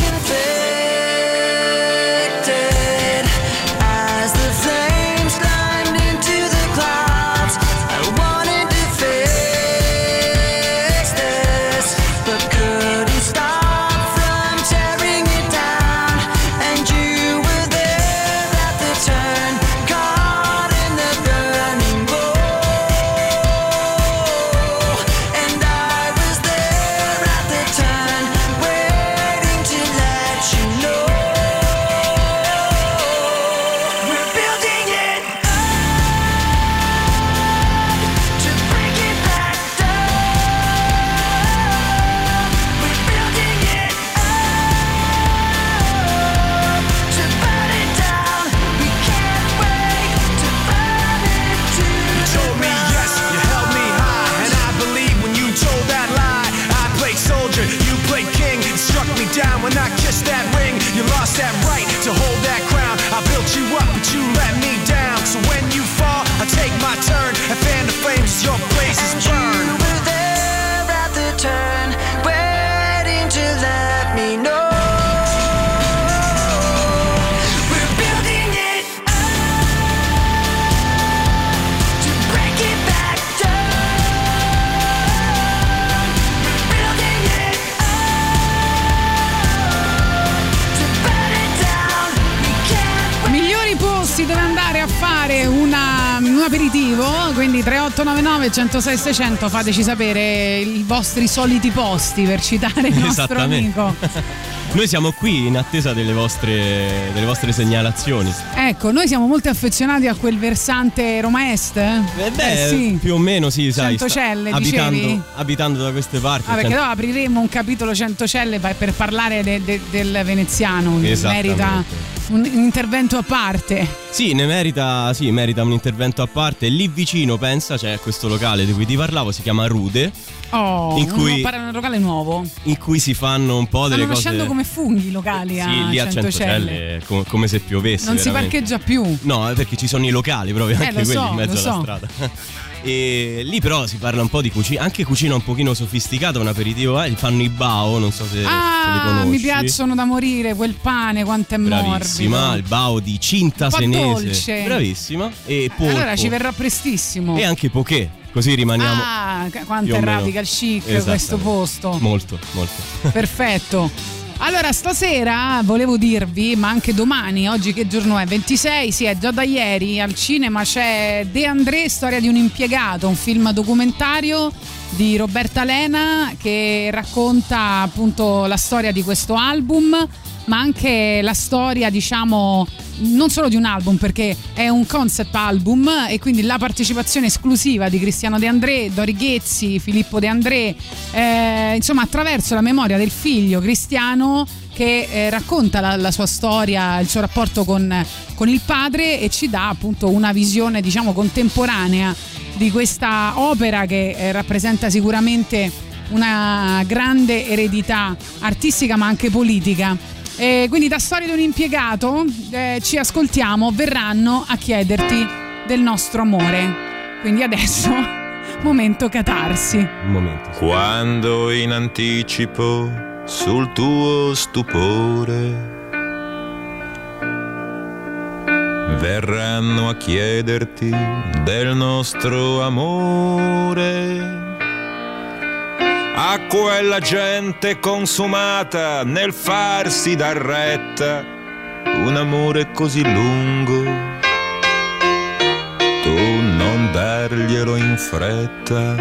conflicted as the flames climbed into the clouds. I wanted to fix this, but couldn't stop from tearing it down. And you were there at the turn, caught in the burning bowl. And I was there at the turn, waiting to let you know. We're building it up to bring it back down. We're building it up to burn it down. We can't wait to burn it to You told me yes, you held me high, and I believe when you told that lie. I played soldier, you played king. It struck me down when I kissed that ring. You lost that right to hold that crown. I built you up, but you let me down. So when you fall, I take my turn and fan the flames as your blazes burn. You were there at the turn, waiting to let me know. We're building it up to break it back down. We're building it up to burn it down. We can't Migliori posti dove andare a fare una, un aperitivo, quindi tre otto nove nove uno zero sei sei zero zero, fateci sapere i vostri soliti posti, per citare il nostro Esattamente. amico. Noi siamo qui in attesa delle vostre, delle vostre segnalazioni. Ecco, noi siamo molto affezionati a quel versante Roma Est. Eh, Beh, sì. più o meno sì, sai. sta- Centocelle, abitando, dicevi? abitando da queste parti. Ah, perché cent- dopo apriremo un capitolo Centocelle per per parlare de- de- del veneziano, che Esattamente. merita un, un intervento a parte. Sì, ne merita, sì, merita un intervento a parte. Lì vicino, pensa, c'è questo locale di cui ti parlavo, si chiama Rude. Oh, in cui, un, un locale nuovo. In cui si fanno un po' delle Stanno cose. Stanno nascendo come funghi i locali a sì, lì a Centocelle, come, come se piovesse. Non veramente. si parcheggia più. No, perché ci sono i locali proprio, eh, anche quelli so, in mezzo so. alla strada. E lì però si parla un po' di cucina, anche cucina un pochino sofisticata, un aperitivo, eh, fanno i bao, non so se, ah, se li conosci. Mi piacciono da morire, quel pane quanto è Bravissima, morbido. Il bao di Cinta Senese. Dolce. Bravissima. E polpo. Allora ci verrà prestissimo. E anche poké, così rimaniamo. Ah, quanto è radical chic questo posto. Molto, molto. Perfetto. Allora, stasera volevo dirvi, ma anche domani, oggi che giorno è? ventisei, sì, è già da ieri, al cinema c'è De André, storia di un impiegato, un film documentario di Roberta Lena che racconta appunto la storia di questo album, ma anche la storia, diciamo, non solo di un album, perché è un concept album e quindi la partecipazione esclusiva di Cristiano De André, Dori Ghezzi, Filippo De André, eh, insomma attraverso la memoria del figlio Cristiano che eh, racconta la, la sua storia, il suo rapporto con, con il padre e ci dà appunto una visione, diciamo, contemporanea di questa opera che eh, rappresenta sicuramente una grande eredità artistica ma anche politica. E quindi da Storia di un impiegato eh, ci ascoltiamo Verranno a chiederti del nostro amore. Quindi adesso momento catarsi. Momento. Quando in anticipo sul tuo stupore verranno a chiederti del nostro amore, a quella gente consumata nel farsi dar retta, un amore così lungo, tu non darglielo in fretta,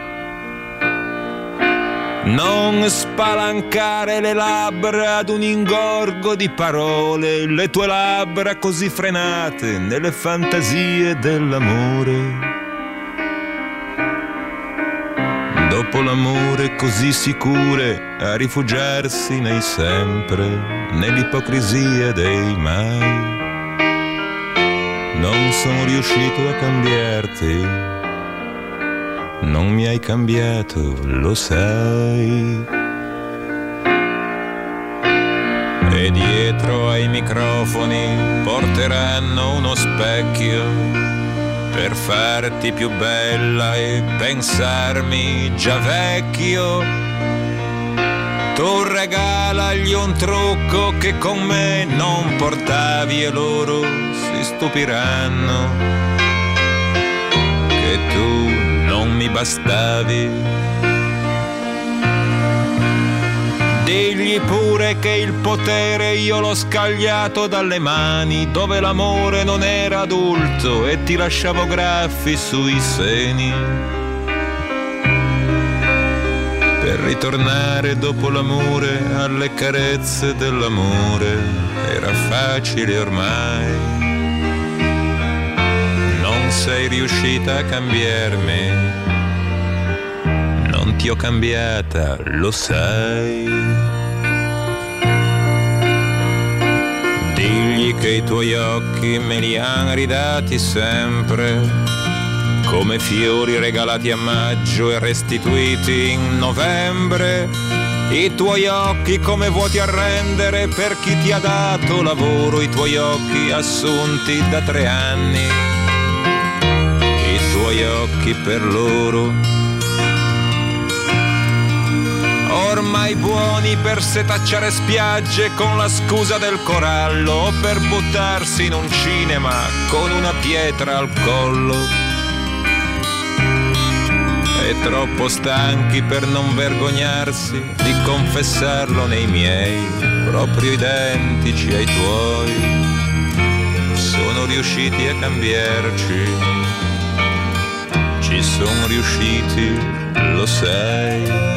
non spalancare le labbra ad un ingorgo di parole, le tue labbra così frenate nelle fantasie dell'amore. Dopo l'amore così sicure a rifugiarsi nei sempre, nell'ipocrisia dei mai. Non sono riuscito a cambiarti, non mi hai cambiato, lo sai. E dietro ai microfoni porteranno uno specchio per farti più bella e pensarmi già vecchio. Tu regalagli un trucco che con me non portavi e loro si stupiranno che tu non mi bastavi. Digli pure che il potere io l'ho scagliato dalle mani, dove l'amore non era adulto e ti lasciavo graffi sui seni. Per ritornare dopo l'amore alle carezze dell'amore era facile ormai. Non sei riuscita a cambiarmi, non ti ho cambiata, lo sai. Digli che i tuoi occhi me li han ridati sempre, come fiori regalati a maggio e restituiti in novembre. I tuoi occhi come vuoti a rendere per chi ti ha dato lavoro, i tuoi occhi assunti da tre anni, i tuoi occhi per loro ormai buoni per setacciare spiagge con la scusa del corallo o per buttarsi in un cinema con una pietra al collo. E troppo stanchi per non vergognarsi di confessarlo nei miei, proprio identici ai tuoi, sono riusciti a cambiarci, ci sono riusciti, lo sai.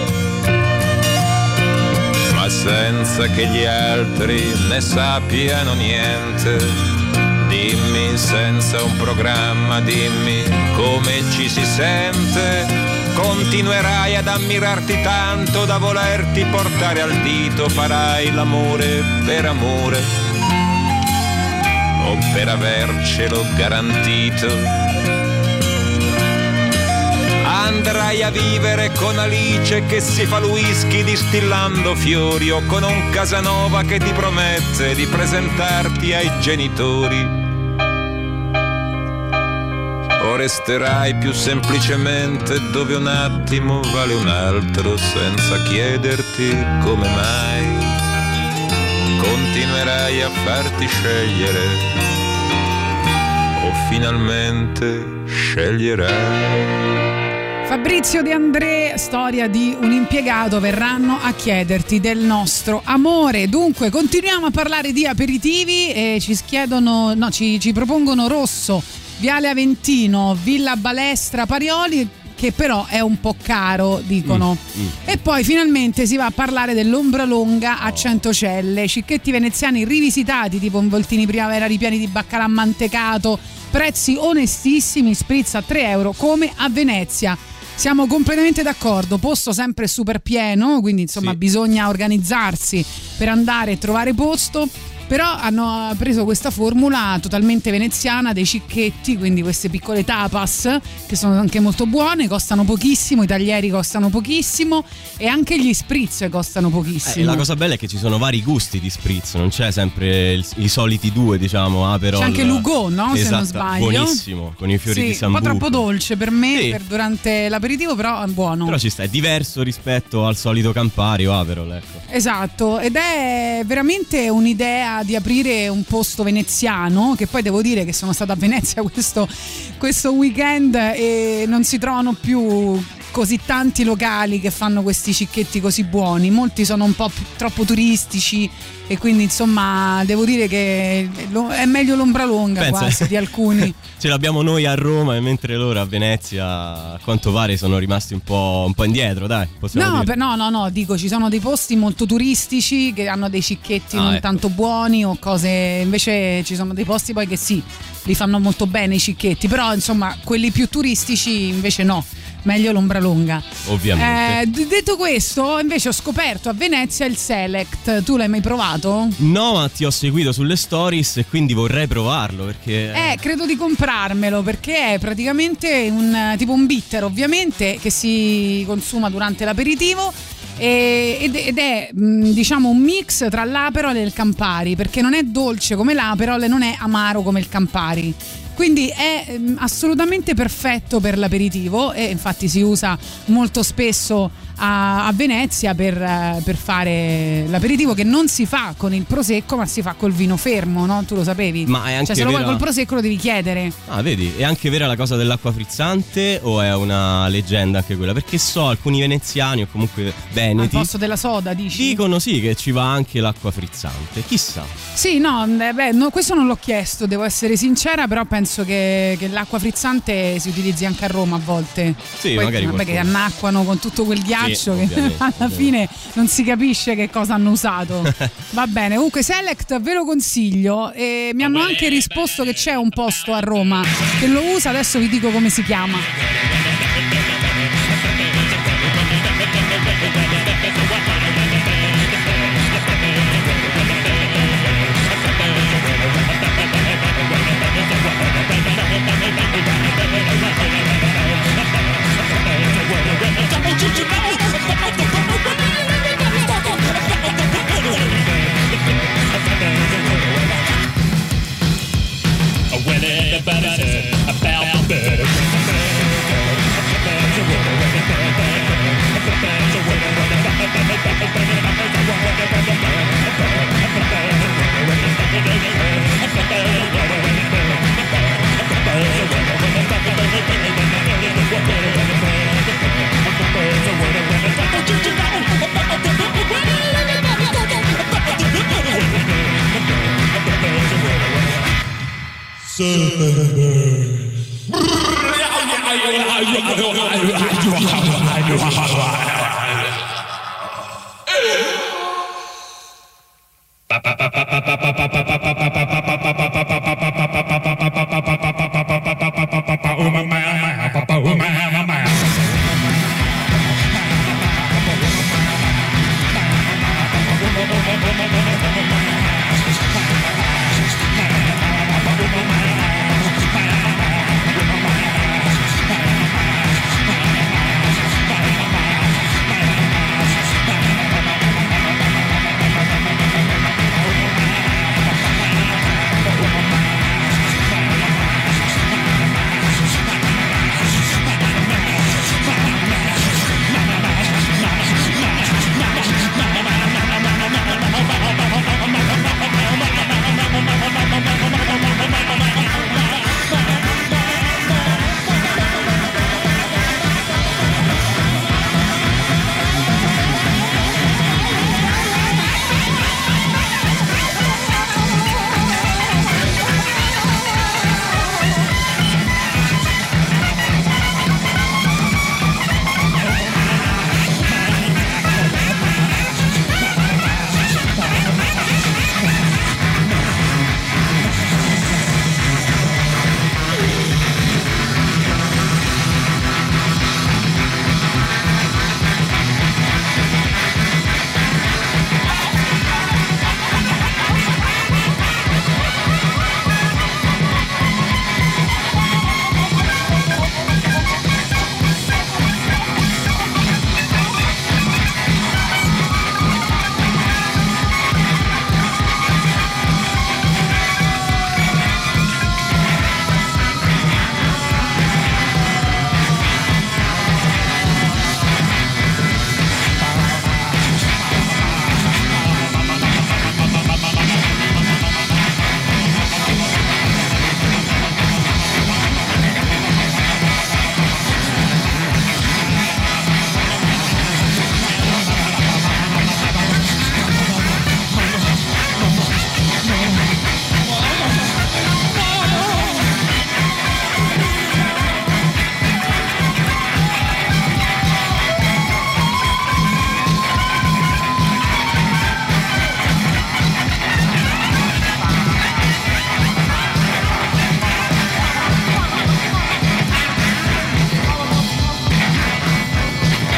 Senza che gli altri ne sappiano niente, dimmi senza un programma, dimmi come ci si sente. Continuerai ad ammirarti tanto da volerti portare al dito, farai l'amore per amore o per avercelo garantito. Andrai a vivere con Alice che si fa il whisky distillando fiori, o con un Casanova che ti promette di presentarti ai genitori. O resterai più semplicemente dove un attimo vale un altro, senza chiederti come mai continuerai a farti scegliere, o finalmente sceglierai. Fabrizio De André, storia di un impiegato, verranno a chiederti del nostro amore. Dunque, continuiamo a parlare di aperitivi e ci chiedono, no, ci, ci propongono Rosso, Viale Aventino, Villa Balestra, Parioli, che però è un po' caro, dicono. Mm, mm. E poi finalmente si va a parlare dell'Ombra Longa a Centocelle, cicchetti veneziani rivisitati, tipo involtini primavera ripieni di baccalà mantecato, prezzi onestissimi, spritz a tre euro come a Venezia. Siamo completamente d'accordo, posto sempre super pieno, quindi insomma sì, bisogna organizzarsi per andare e trovare posto. Però hanno preso questa formula totalmente veneziana dei cicchetti, quindi queste piccole tapas che sono anche molto buone, costano pochissimo, i taglieri costano pochissimo e anche gli spritz costano pochissimo. Eh, la cosa bella è che ci sono vari gusti di spritz, non c'è sempre il, i soliti due, diciamo, Aperol. C'è anche l'Hugo, no? Esatto, se non sbaglio. Buonissimo, con i fiori sì, di sambuco. Un po' troppo dolce per me, sì, per durante l'aperitivo, però è buono. Però ci sta, è diverso rispetto al solito Campari o Aperol, ecco. Esatto, ed è veramente un'idea di aprire un posto veneziano, che poi devo dire che sono stata a Venezia questo, questo weekend e non si trovano più così tanti locali che fanno questi cicchetti così buoni. Molti sono un po' più, troppo turistici e quindi insomma devo dire che è meglio l'Ombra Longa. Pensa, quasi di alcuni. Ce l'abbiamo noi a Roma e mentre loro a Venezia a quanto pare sono rimasti un po', un po' indietro, dai, possiamo no, dire. Per, no, no, no, dico ci sono dei posti molto turistici che hanno dei cicchetti ah, non ecco. tanto buoni o cose, invece ci sono dei posti poi che sì, li fanno molto bene i cicchetti, però insomma quelli più turistici invece no. Meglio l'Ombra Longa. Ovviamente. Eh, d- detto questo, invece ho scoperto a Venezia il Select. Tu l'hai mai provato? No, ma ti ho seguito sulle stories e quindi vorrei provarlo perché... Eh, credo di comprarmelo perché è praticamente un tipo un bitter, ovviamente, che si consuma durante l'aperitivo. Ed è diciamo un mix tra l'Aperol e il Campari, perché non è dolce come l'Aperol e non è amaro come il Campari, quindi è assolutamente perfetto per l'aperitivo e infatti si usa molto spesso a, a Venezia per, per fare l'aperitivo, che non si fa con il prosecco ma si fa col vino fermo, no? Tu lo sapevi? Ma è anche cioè se lo vera... vuoi col prosecco lo devi chiedere. Ah, vedi, è anche vera la cosa dell'acqua frizzante o è una leggenda anche quella? Perché so alcuni veneziani o comunque veneti al posto della soda dici? Dicono sì che ci va anche l'acqua frizzante, chissà. Sì, no, beh, no, questo non l'ho chiesto, devo essere sincera, però penso che, che l'acqua frizzante si utilizzi anche a Roma a volte. Sì, poi, magari vabbè, che annacquano con tutto quel ghiaccio sì, che alla ovviamente. fine non si capisce che cosa hanno usato. Va bene, comunque Select ve lo consiglio e mi hanno anche risposto che c'è un posto a Roma che lo usa, adesso vi dico come si chiama.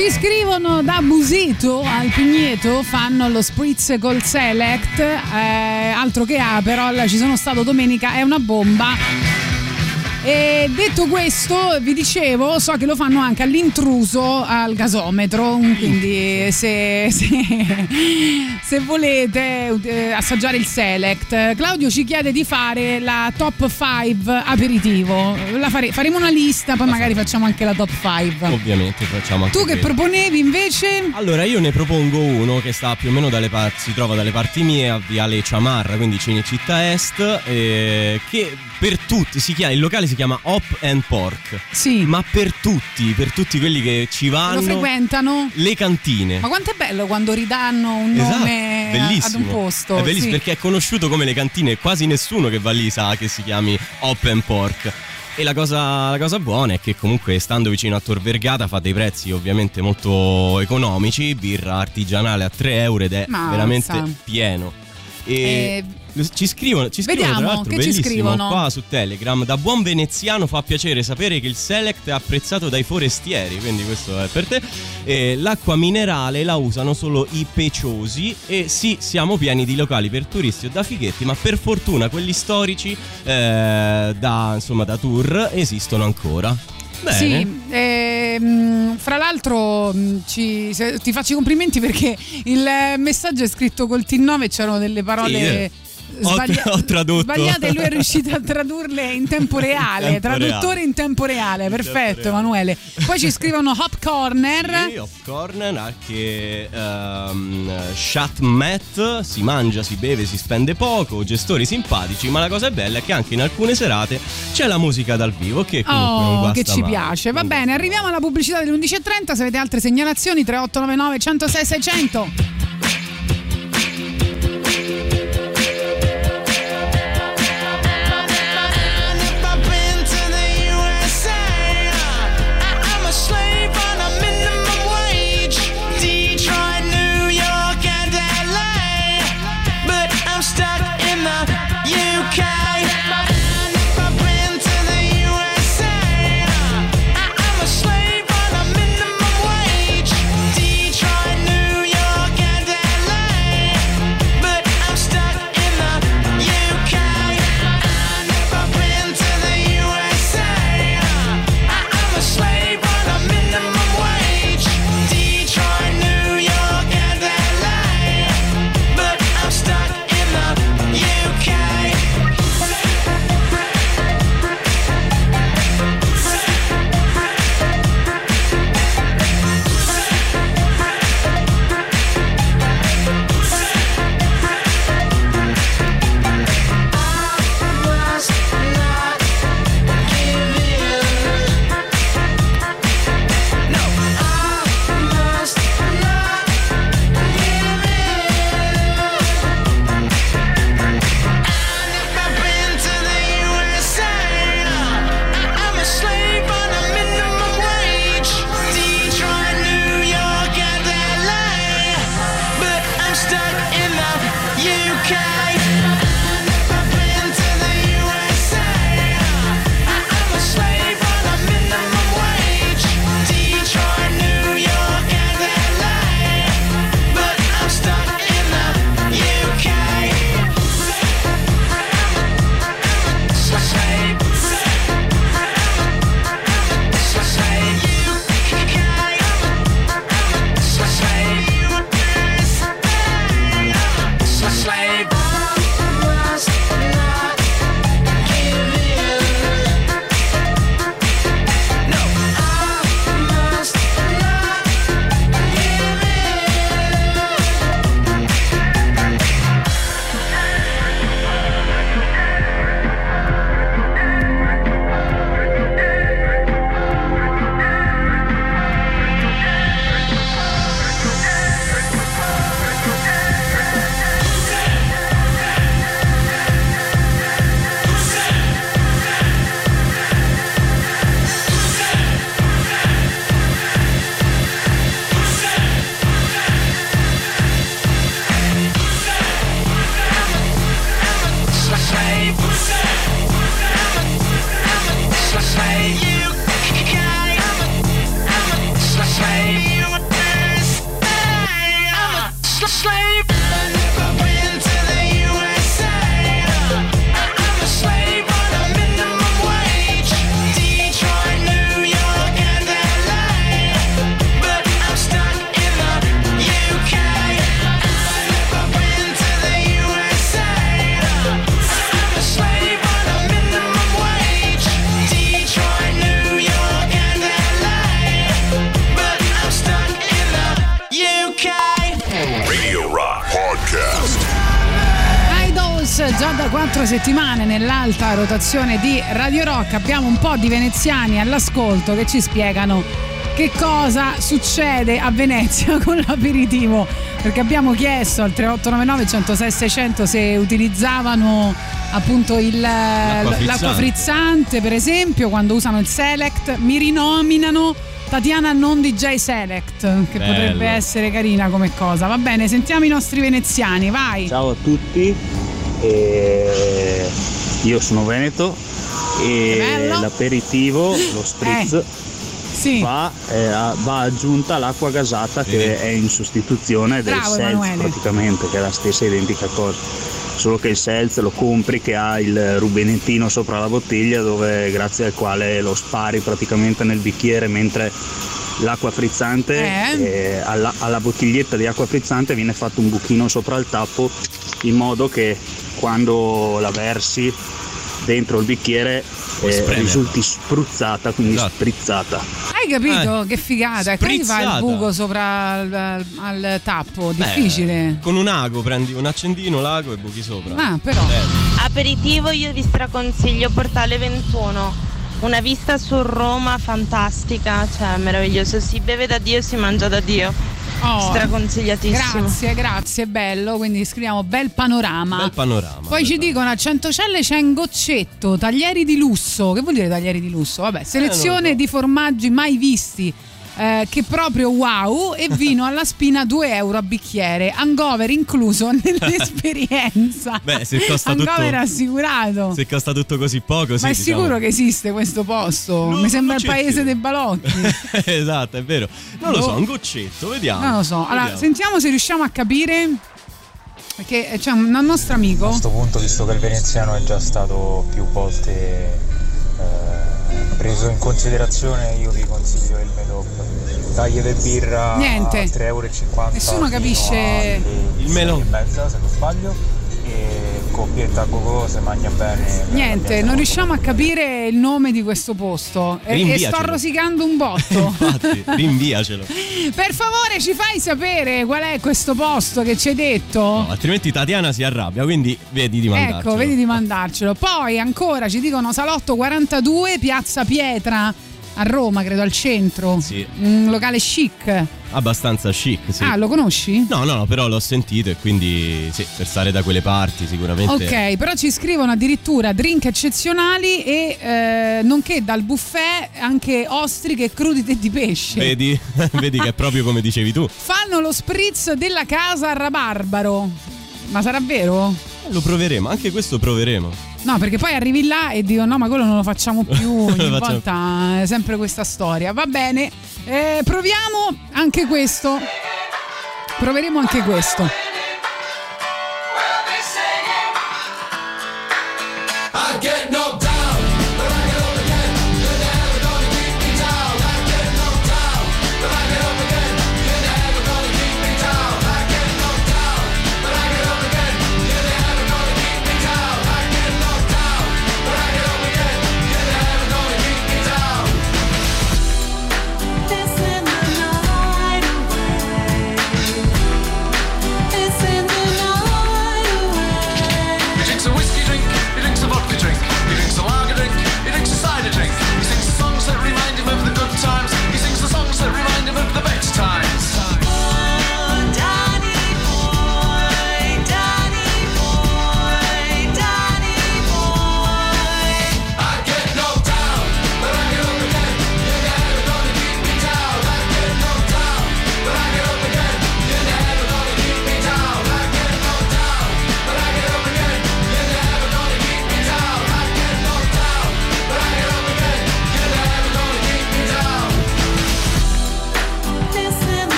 Ci scrivono da Busito al Pigneto, fanno lo spritz col Select, eh, altro che Aperol, ci sono stato domenica, è una bomba. E detto questo, vi dicevo, so che lo fanno anche all'intruso al gasometro, quindi se, se, se volete eh, assaggiare il Select. Claudio ci chiede di fare la top cinque aperitivo, la fare, faremo una lista, poi magari facciamo anche la top cinque. Ovviamente facciamo anche tu che quello. proponevi invece? Allora io ne propongo uno che sta più o meno dalle parti, si trova dalle parti mie, a Viale Ciamarra, quindi Cinecittà Est, eh, che per tutti si chiama, il locale si chiama Hop and Pork. Sì. Ma per tutti, per tutti quelli che ci vanno, Lo frequentano? le cantine. Ma quanto è bello quando ridanno un Esatto, nome bellissimo. ad un posto. È bellissimo, sì. perché è conosciuto come le cantine, quasi nessuno che va lì sa che si chiami Hop and Pork. E la cosa, la cosa buona è che comunque stando vicino a Tor Vergata fa dei prezzi ovviamente molto economici, birra artigianale a tre euro ed è Mazza. veramente pieno. E Eh, ci scrivono, ci scrivono vediamo, tra l'altro, che ci bellissimo, scrivono? qua su Telegram. Da buon veneziano fa piacere sapere che il Select è apprezzato dai forestieri, quindi questo è per te. E l'acqua minerale la usano solo i peciosi. E sì, siamo pieni di locali per turisti o da fighetti, ma per fortuna quelli storici eh, da, insomma, da tour esistono ancora. Bene. Sì, ehm, fra l'altro mh, ci, se- ti faccio i complimenti perché il messaggio è scritto col T nove e c'erano delle parole Sì, eh. Ho- sbaglia- ho tradotto. sbagliate e lui è riuscito a tradurle in tempo reale, In tempo traduttore reale. in tempo reale, perfetto reale. Emanuele. Poi ci scrivono Hop Corner. Sì, Hop Corner, anche um, Chat Mat, si mangia, si beve, si spende poco, gestori simpatici, ma la cosa bella è che anche in alcune serate c'è la musica dal vivo che comunque non Oh, guasta che ci mai. piace. Va bene, arriviamo alla pubblicità delle undici e trenta. Se avete altre segnalazioni, tre otto nove nove, centosei, seicento. Detroit, New York, già da quattro settimane nell'alta rotazione di Radio Rock abbiamo un po' di veneziani all'ascolto che ci spiegano che cosa succede a Venezia con l'aperitivo, perché abbiamo chiesto al tre otto nove nove, centosei, seicento se utilizzavano appunto il, l'acqua, frizzante. l'acqua frizzante per esempio quando usano il Select. Mi rinominano Tatiana non D J Select, che Bello. potrebbe essere carina come cosa. Va bene, sentiamo i nostri veneziani, vai. Ciao a tutti, e io sono veneto e l'aperitivo, lo spritz eh. Sì. Va, eh, va aggiunta l'acqua gasata che è in sostituzione del Bravo, seltz Emanuele. praticamente, che è la stessa identica cosa, solo che il seltz lo compri che ha il rubinettino sopra la bottiglia, dove grazie al quale lo spari praticamente nel bicchiere, mentre l'acqua frizzante eh. Eh, alla, alla bottiglietta di acqua frizzante viene fatto un buchino sopra il tappo, in modo che quando la versi dentro il bicchiere eh, risulti spruzzata, quindi esatto. sprizzata. Hai capito? Eh. Che figata! Come fa il buco sopra al, al, al tappo? Difficile. Beh, con un ago prendi un accendino, l'ago e buchi sopra. Ah, però. Aperitivo io vi straconsiglio Portale ventuno. Una vista su Roma fantastica, cioè meraviglioso. Si beve da Dio, si mangia da Dio. Oh, straconsigliatissimo. Grazie, grazie, bello. Quindi scriviamo bel panorama. Bel panorama. Poi ci dicono a Centocelle c'è in Goccetto, taglieri di lusso. Che vuol dire taglieri di lusso? Vabbè, selezione eh, di formaggi mai visti. Eh, che proprio wow, e vino alla spina due euro a bicchiere, hangover incluso nell'esperienza. Beh, se costa hangover tutto, assicurato. Se costa tutto così poco, sì, ma è diciamo. Sicuro che esiste questo posto? No, mi sembra il paese dei balocchi. Esatto, è vero. Non lo so, un goccetto, vediamo. Non lo so. Allora, vediamo. Sentiamo se riusciamo a capire. Perché c'è un nostro amico. A questo punto, visto che il veneziano è già stato più volte eh, preso in considerazione, io vi consiglio il Melop. Taglie di birra Niente. a tre euro e cinquanta. Nessuno capisce il melone e mezza, se non sbaglio. E coppietta a go-go se mangia bene. Niente, non riusciamo a capire il nome di questo posto e, e sto rosicando un botto. Infatti, rinviacelo. Per favore, ci fai sapere qual è questo posto che ci hai detto? No, altrimenti Tatiana si arrabbia, quindi vedi di mandarcelo. Ecco, vedi di mandarcelo. Poi ancora ci dicono Salotto quarantadue, Piazza Pietra a Roma, credo al centro. Sì. Un locale chic. Abbastanza chic, sì. Ah, lo conosci? No, no, no, però l'ho sentito e quindi sì, per stare da quelle parti sicuramente. Ok, però ci scrivono addirittura drink eccezionali e eh, nonché dal buffet anche ostriche e crudité di pesce. Vedi? Vedi che è proprio come dicevi tu. Fanno lo spritz della casa a rabarbaro. Ma sarà vero? Lo proveremo, anche questo proveremo. No, perché poi arrivi là e dico no, ma quello non lo facciamo più, ogni volta è sempre questa storia. Va bene, eh, proviamo anche questo. Proveremo anche questo.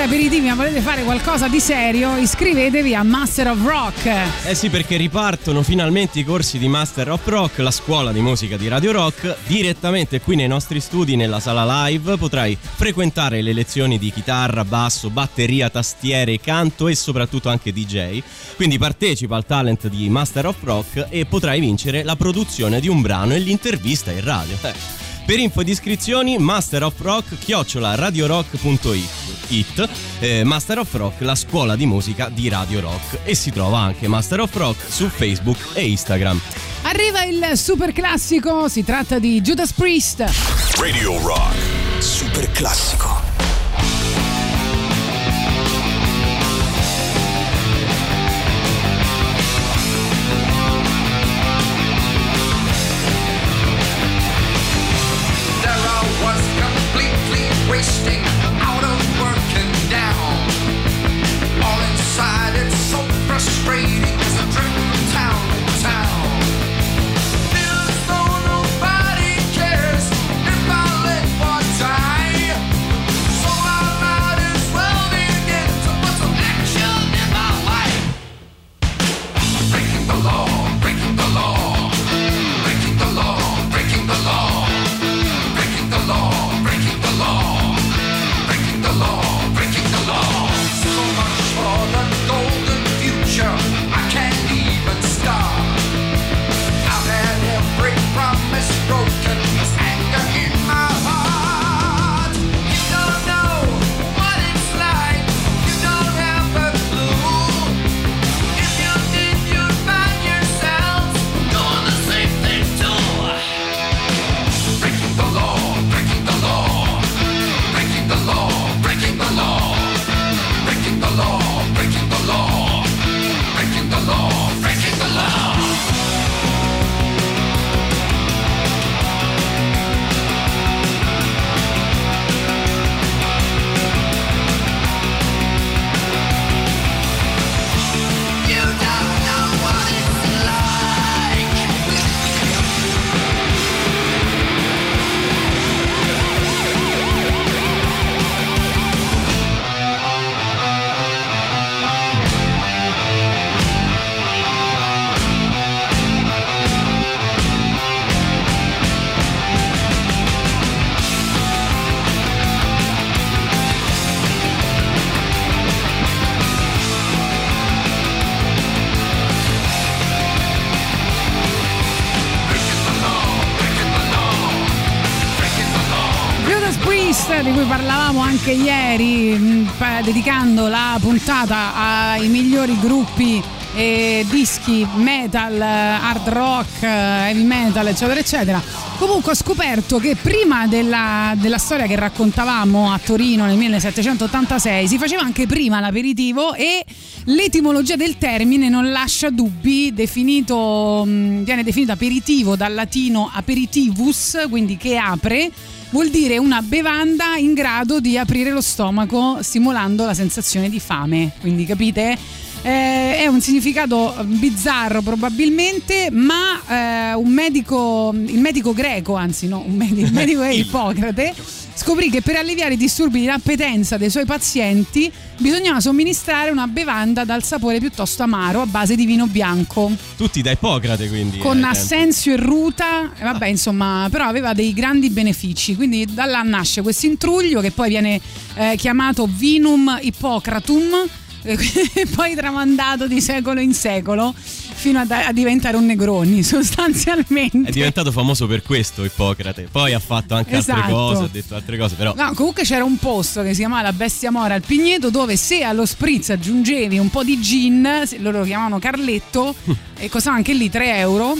aperitivi ma volete fare qualcosa di serio, iscrivetevi a Master of Rock. Eh sì, perché ripartono finalmente i corsi di Master of Rock, la scuola di musica di Radio Rock. Direttamente qui nei nostri studi, nella sala live, potrai frequentare le lezioni di chitarra, basso, batteria, tastiere, canto e soprattutto anche D J. Quindi partecipa al talent di Master of Rock e potrai vincere la produzione di un brano e l'intervista in radio. Eh. Per info ed iscrizioni Master of Rock chiocciola radiorock punto it, eh, Master of Rock, la scuola di musica di Radio Rock, e si trova anche Master of Rock su Facebook e Instagram. Arriva il super classico, si tratta di Judas Priest. Radio Rock, super classico. Wasting out of work and down. All inside it's so frustrating as I drift from town to town. Feels though nobody cares if I live or die. So I might as well begin to put some action in my life. Breaking the law, breaking the law, breaking the law, breaking the law, breaking the law, breaking the law. The law, breaking the law. So much for the golden future, I can't even start. I've had every promise broken, there's anger in my heart. You don't know what it's like, you don't have a clue. If you did, you'd find yourself doing the same thing too. Breaking the law, breaking the law, breaking the law. Breaking the law, breaking the law, breaking the law, breaking the law, breaking the law. You don't know what it's like. Judas Priest, di cui parlavamo anche ieri, mh, dedicando la puntata ai migliori gruppi e dischi metal, hard rock, heavy metal, eccetera eccetera. Comunque ho scoperto che prima della, della storia che raccontavamo a Torino nel millesettecentottantasei si faceva anche prima l'aperitivo, e l'etimologia del termine non lascia dubbi. Definito, mh, viene definito aperitivo dal latino aperitivus, quindi che apre. Vuol dire una bevanda in grado di aprire lo stomaco stimolando la sensazione di fame, quindi capite? Eh, è un significato bizzarro probabilmente, ma eh, un medico, il medico greco, anzi no, un medico, il medico è Ippocrate, scoprì che per alleviare i disturbi di appetenza dei suoi pazienti bisognava somministrare una bevanda dal sapore piuttosto amaro a base di vino bianco. Tutti da Ippocrate, quindi. Con eh, assenzio e ruta, e vabbè, insomma, però aveva dei grandi benefici. Quindi da là nasce questo intruglio che poi viene eh, chiamato Vinum Hippocratum, e poi tramandato di secolo in secolo fino a, a diventare un Negroni sostanzialmente. È diventato famoso per questo Ippocrate, poi ha fatto anche Esatto. altre cose, ha detto altre cose, però No, comunque c'era un posto che si chiamava La Bestia Mora al Pigneto, dove se allo spritz aggiungevi un po' di gin, loro lo chiamavano Carletto, e costava anche lì tre euro,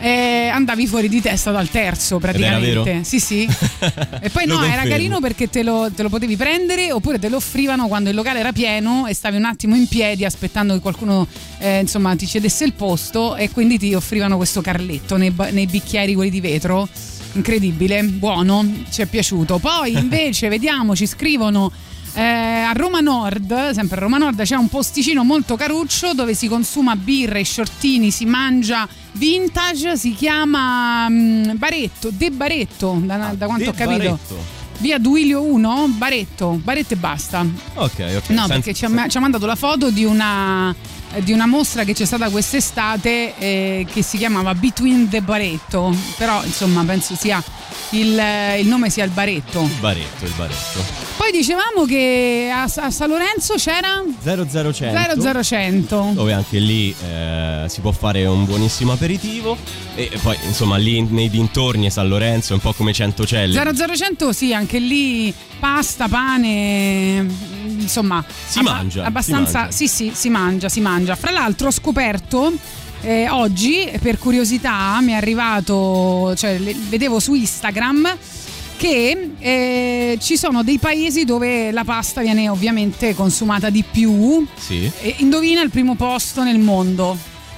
e andavi fuori di testa dal terzo praticamente. Ed era vero? Sì, sì. E poi Lo no, era confermo. carino perché te lo, te lo potevi prendere, oppure te lo offrivano quando il locale era pieno e stavi un attimo in piedi aspettando che qualcuno eh, insomma ti cedesse il posto, e quindi ti offrivano questo Carletto nei, ba- nei bicchieri quelli di vetro. Incredibile, buono, ci è piaciuto. Poi invece vediamo, ci scrivono Eh, a Roma Nord, sempre a Roma Nord, c'è un posticino molto caruccio dove si consuma birra e shortini, si mangia vintage, si chiama mh, Baretto, De Baretto, da, da quanto De ho capito. Baretto. Via Duilio uno, Baretto, Baretto e basta. Ok, ok. No, Senza- perché ci ha, ci ha mandato la foto di una, di una mostra che c'è stata quest'estate eh, che si chiamava Between the Baretto, però insomma penso sia il, il nome sia il Baretto. Il Baretto, il Baretto. Poi dicevamo che a, a San Lorenzo c'era zero zero cento zero zero cento. dove anche lì eh, si può fare un buonissimo aperitivo e poi insomma lì nei dintorni San Lorenzo è un po' come Centocelle. zero zero cento sì, anche lì pasta, pane, insomma Si abba- mangia, abbastanza si mangia. sì sì si mangia si mangia fra l'altro ho scoperto eh, oggi per curiosità mi è arrivato, cioè le- vedevo su Instagram che eh, ci sono dei paesi dove la pasta viene ovviamente consumata di più. Sì. E indovina il primo posto nel mondo.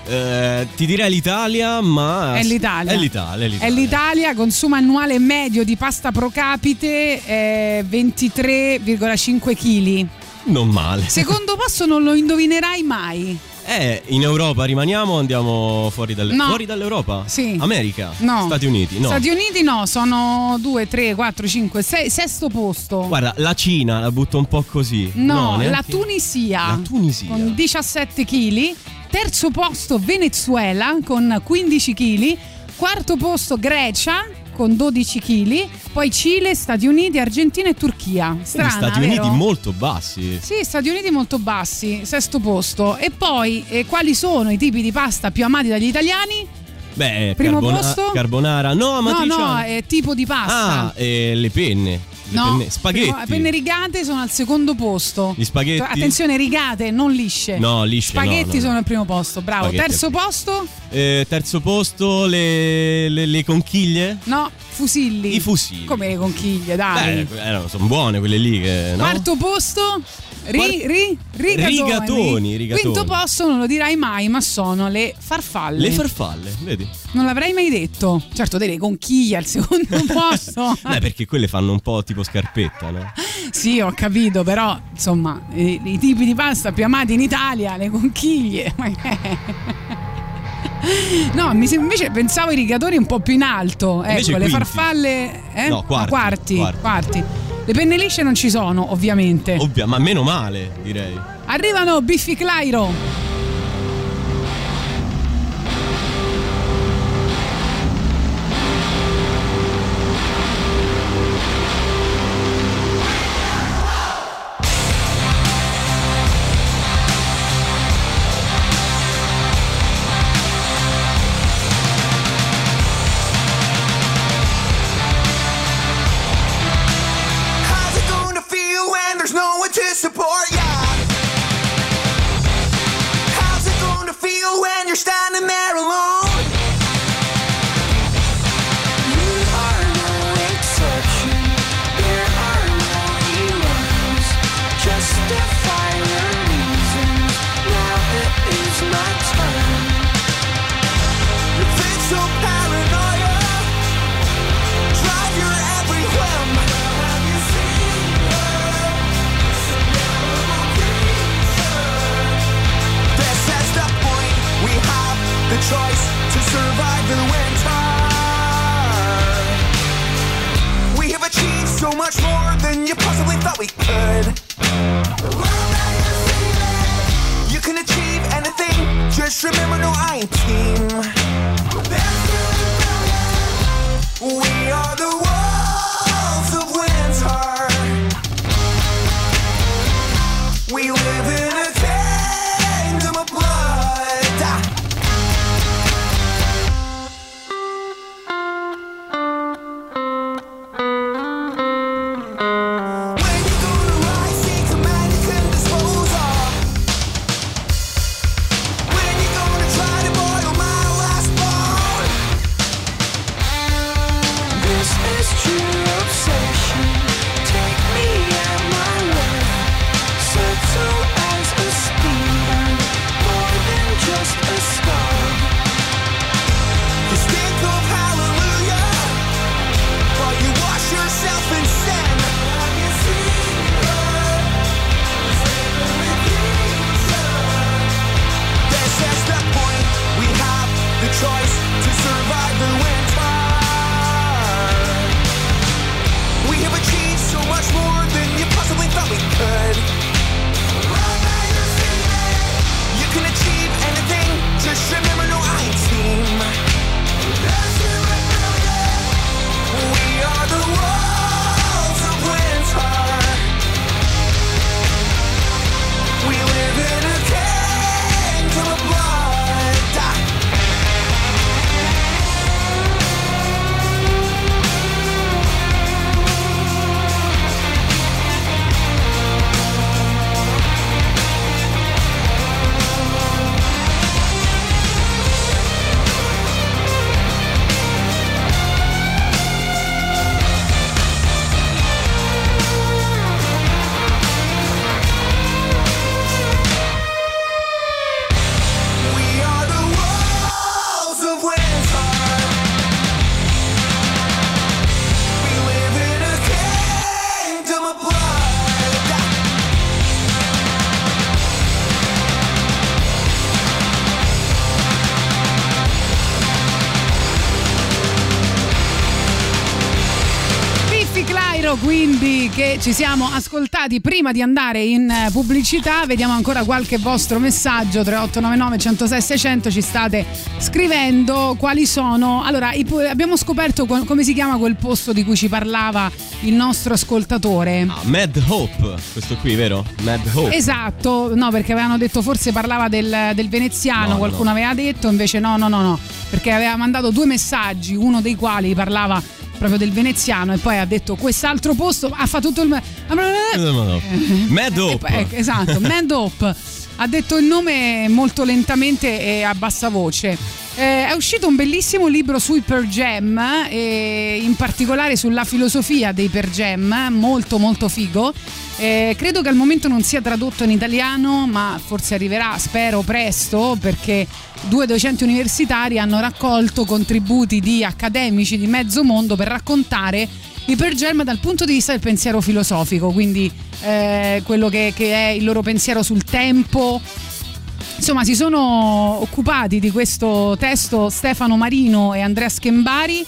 Eh, ti direi l'Italia, ma È l'Italia. È l'Italia, è l'Italia. È l'Italia, consumo annuale medio di pasta pro capite eh, ventitré virgola cinque chili. Non male. Secondo posto non lo indovinerai mai. Eh, in Europa rimaniamo o andiamo fuori, dalle... No. fuori dall'Europa? Sì. America? No. Stati Uniti? No. Stati Uniti no, sono due, tre, quattro, cinque, sei, sesto posto. Guarda, la Cina la butto un po' così. No, neanche- la Tunisia. La Tunisia. Con diciassette chili. Terzo posto Venezuela con quindici chili. Quarto posto Grecia con dodici chili. Poi Cile, Stati Uniti, Argentina e Turchia. Quindi Strana, Stati vero? Uniti molto bassi. Sì, Stati Uniti molto bassi, sesto posto. E poi eh, quali sono i tipi di pasta più amati dagli italiani? Beh, Primo carbona- posto? carbonara. No, No, amatriciana. no, è tipo di pasta. Ah, e le penne. Le No, penne- Spaghetti. primo- penne rigate sono al secondo posto. Gli spaghetti? Attenzione, rigate, non lisce. No, lisce no, Spaghetti no, no. sono al primo posto, bravo. Spaghetti Terzo al primo. posto? Eh, terzo posto, le, le, le conchiglie. No, fusilli. I fusilli. Come le conchiglie, dai. Beh, erano, sono buone quelle lì. Che, no? Quarto posto? Ri, Quart- ri, rigatoni. Rigatoni, rigatoni. Quinto posto non lo dirai mai, ma sono le farfalle. Le farfalle, vedi? Non l'avrei mai detto. Certo, delle conchiglie al secondo posto. Beh, perché quelle fanno un po' tipo scarpetta, no? Sì, ho capito, però insomma, i, i tipi di pasta più amati in Italia, le conchiglie. Ma che- No, mi sem- invece pensavo ai rigatoni un po' più in alto. Invece Ecco, le quinti. farfalle. Eh? No, quarti, quarti, quarti. quarti. Le penne lisce non ci sono, ovviamente. Ovvia, ma meno male, direi. Arrivano Biffy Clyro. How's it gonna feel when there's no one to support ya? How's it gonna feel when you're standing there alone? You are no exception. There are no heroes. Justify your reasons. Now it is my turn. You think so paranoia. Drive your every whim. Have you seen her? This is the point. We have the choice to survive the winter. We have achieved so much more than you possibly thought we could. You can achieve anything. Just remember, no, I ain't team. We are the wolves of winter. We live in a kingdom of blood. When you gonna rise, see command you can dispose of. When you gonna try to boil my last bone? This is true obsession. Take me at my word. Subtle as a Credo quindi che ci siamo ascoltati prima di andare in pubblicità. Vediamo ancora qualche vostro messaggio. Tre otto nove nove uno zero sei sei zero zero. Ci state scrivendo quali sono. Allora, abbiamo scoperto come si chiama quel posto di cui ci parlava il nostro ascoltatore. Ah, Mad Hope, questo qui, vero? Mad Hope. Esatto, no, perché avevano detto forse parlava del, del veneziano, no, qualcuno no. aveva detto, invece no, no, no, no, perché aveva mandato due messaggi, uno dei quali parlava proprio del veneziano e poi ha detto quest'altro posto, ha fatto tutto il Mad Hope. Poi, esatto, Mad Hope. Ha detto il nome molto lentamente e a bassa voce. Eh, è uscito un bellissimo libro sui Pearl Jam, e in particolare sulla filosofia dei Pearl Jam, molto molto figo. Eh, credo che al momento non sia tradotto in italiano, ma forse arriverà, spero presto, perché due docenti universitari hanno raccolto contributi di accademici di mezzo mondo per raccontare i Pearl Jam dal punto di vista del pensiero filosofico, quindi eh, quello che, che è il loro pensiero sul tempo. Insomma, si sono occupati di questo testo Stefano Marino e Andrea Schembari,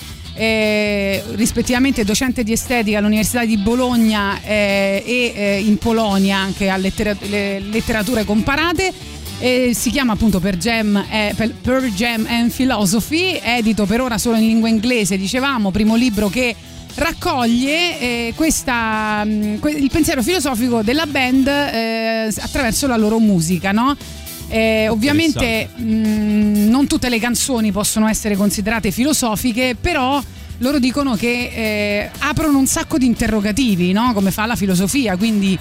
eh, rispettivamente docente di estetica all'Università di Bologna eh, e eh, in Polonia anche a lettera- le letterature comparate. Eh, si chiama appunto Pearl Jam, eh, Pearl Jam and Philosophy, edito per ora solo in lingua inglese, dicevamo, primo libro che raccoglie eh, questa, mh, il pensiero filosofico della band eh, attraverso la loro musica, no? Eh, ovviamente mh, non tutte le canzoni possono essere considerate filosofiche, però loro dicono che eh, aprono un sacco di interrogativi, no? Come fa la filosofia, quindi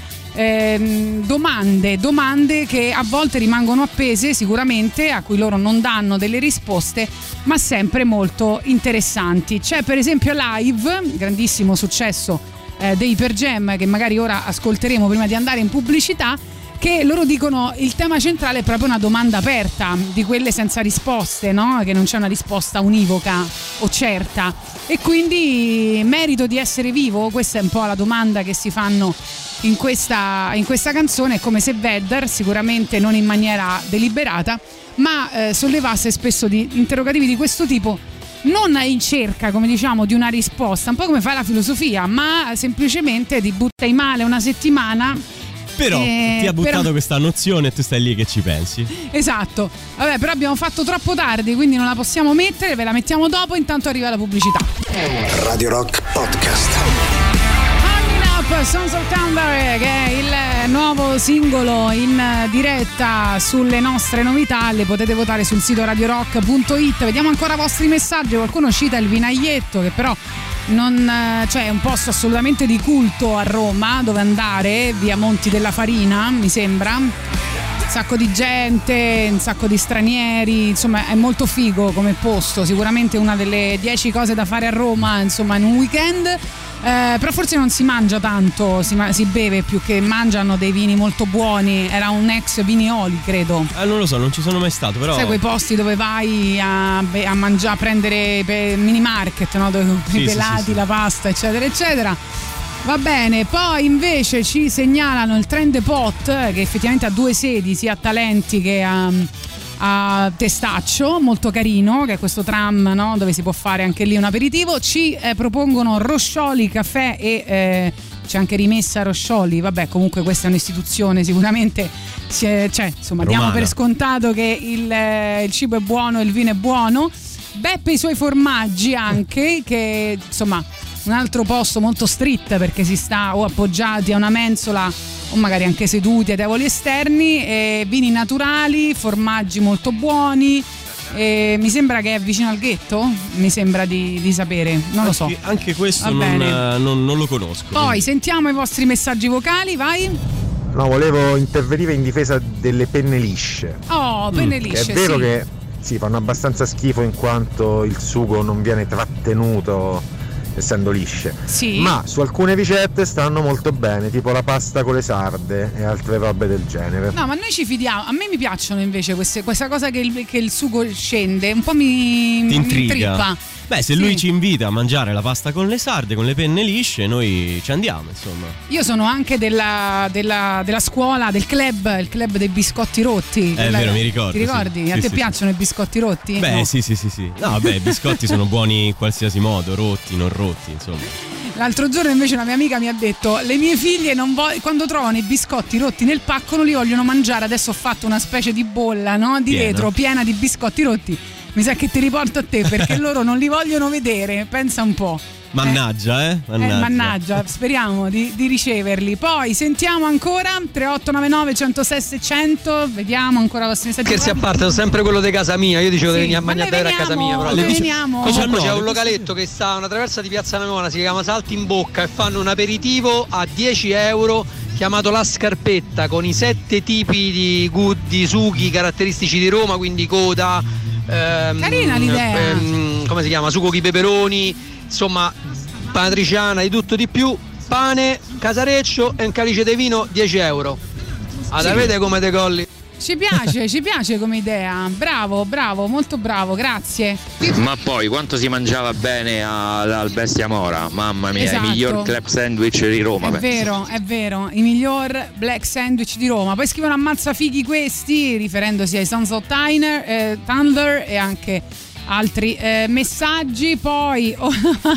eh, domande, domande che a volte rimangono appese sicuramente, a cui loro non danno delle risposte, ma sempre molto interessanti. C'è per esempio Live, grandissimo successo eh, dei Pearl Jam, che magari ora ascolteremo prima di andare in pubblicità, che loro dicono il tema centrale è proprio una domanda aperta, di quelle senza risposte, no? Che non c'è una risposta univoca o certa, e quindi merito di essere vivo, questa è un po' la domanda che si fanno in questa, in questa canzone. È come se Vedder, sicuramente non in maniera deliberata, ma eh, sollevasse spesso di interrogativi di questo tipo, non in cerca, come diciamo, di una risposta, un po' come fa la filosofia, ma semplicemente ti buttai male una settimana. Però eh, ti ha buttato però... questa nozione e tu stai lì che ci pensi. Esatto. Vabbè, però abbiamo fatto troppo tardi, quindi non la possiamo mettere, ve la mettiamo dopo, intanto arriva la pubblicità. Radio Rock Podcast. Up, Sons of Thunder, che è il nuovo singolo in diretta sulle nostre novità, le potete votare sul sito radio rock punto it. Vediamo ancora i vostri messaggi. Qualcuno cita il Vinaietto, che però non, cioè è un posto assolutamente di culto a Roma, dove andare, via Monti della Farina, mi sembra. Un sacco di gente, un sacco di stranieri, insomma è molto figo come posto, sicuramente una delle dieci cose da fare a Roma, insomma, in un weekend. Eh, però forse non si mangia tanto, si, si beve più che mangiano dei vini molto buoni. Era un ex Vinioli, credo. Eh, non lo so, non ci sono mai stato, però. Sai quei posti dove vai a, a mangiare, a prendere per mini market, no? Dove compri i Sì, pelati, sì, sì, sì. la pasta, eccetera, eccetera. Va bene, poi invece ci segnalano il Trend Pot, che effettivamente ha due sedi, sia a Talenti che a, a Testaccio, molto carino, che è questo tram, no? Dove si può fare anche lì un aperitivo. Ci eh, propongono Roscioli Caffè e eh, c'è anche Rimessa Roscioli. Vabbè, comunque questa è un'istituzione, sicuramente si è, cioè, insomma, Romana. diamo per scontato che il, eh, il cibo è buono e il vino è buono. Beppe i suoi formaggi anche, che insomma un altro posto molto street, perché si sta o appoggiati a una mensola o magari anche seduti ai tavoli esterni, e vini naturali, formaggi molto buoni. E mi sembra che è vicino al ghetto, mi sembra di, di sapere, non lo so. Anche, anche questo Va non, bene. non, non lo conosco. Poi sentiamo i vostri messaggi vocali, vai. No, volevo intervenire in difesa delle penne lisce. Oh, penne lisce, Che è vero sì. che sì, fanno abbastanza schifo in quanto il sugo non viene trattenuto essendo lisce. Sì. Ma su alcune ricette stanno molto bene, tipo la pasta con le sarde e altre robe del genere. No, ma noi ci fidiamo. A me mi piacciono invece queste, questa cosa che il, che il sugo scende, un po' mi, Ti mi intriga. intrippa. Beh, se Sì. lui ci invita a mangiare la pasta con le sarde, con le penne lisce, noi ci andiamo, insomma. Io sono anche della, della, della scuola, del club, il club dei biscotti rotti. È vero, mi ricordo, Ti ricordi? sì. A Sì, te sì, piacciono i biscotti rotti? Beh, No. sì, sì, sì, sì. No, vabbè, i biscotti sono buoni in qualsiasi modo, rotti, non rotti, insomma. L'altro giorno invece una mia amica mi ha detto: le mie figlie non vo- quando trovano i biscotti rotti nel pacco non li vogliono mangiare. Adesso ho fatto una specie di bolla, no? Di Piena. vetro piena di biscotti rotti. Mi sa che ti riporto a te perché loro non li vogliono vedere. Pensa un po'. Mannaggia, eh? Mannaggia. Eh, mannaggia, speriamo di, di riceverli. Poi sentiamo ancora tre otto nove nove uno zero sei seicento. Vediamo ancora i vostri messaggi. Scherzi a parte, sono sempre quello di casa mia. Io dicevo Sì, che veniva a ma mangiare noi a casa mia. Però. veniamo, noi veniamo. Comunque c'è no, un localetto che sta a una traversa di Piazza Navona, si chiama Salti in Bocca e fanno un aperitivo a dieci euro chiamato La Scarpetta, con i sette tipi di, gu- di sughi caratteristici di Roma, quindi coda, ehm, Carina l'idea. ehm, come si chiama? Sugo di peperoni, insomma patriciana, di tutto di più, pane, casareccio e un calice di vino, dieci euro. Ad Sì. avete come te colli? Ci piace, ci piace come idea. Bravo, bravo, molto bravo, grazie. Ma poi quanto si mangiava bene al, al Bestia Mora, mamma mia, Esatto. il miglior club sandwich di Roma. È penso. vero, è vero, i miglior black sandwich di Roma. Poi scrivono ammazza fighi questi, riferendosi ai Sons of Thunder, eh, Thunder e anche altri eh, messaggi. Poi oh,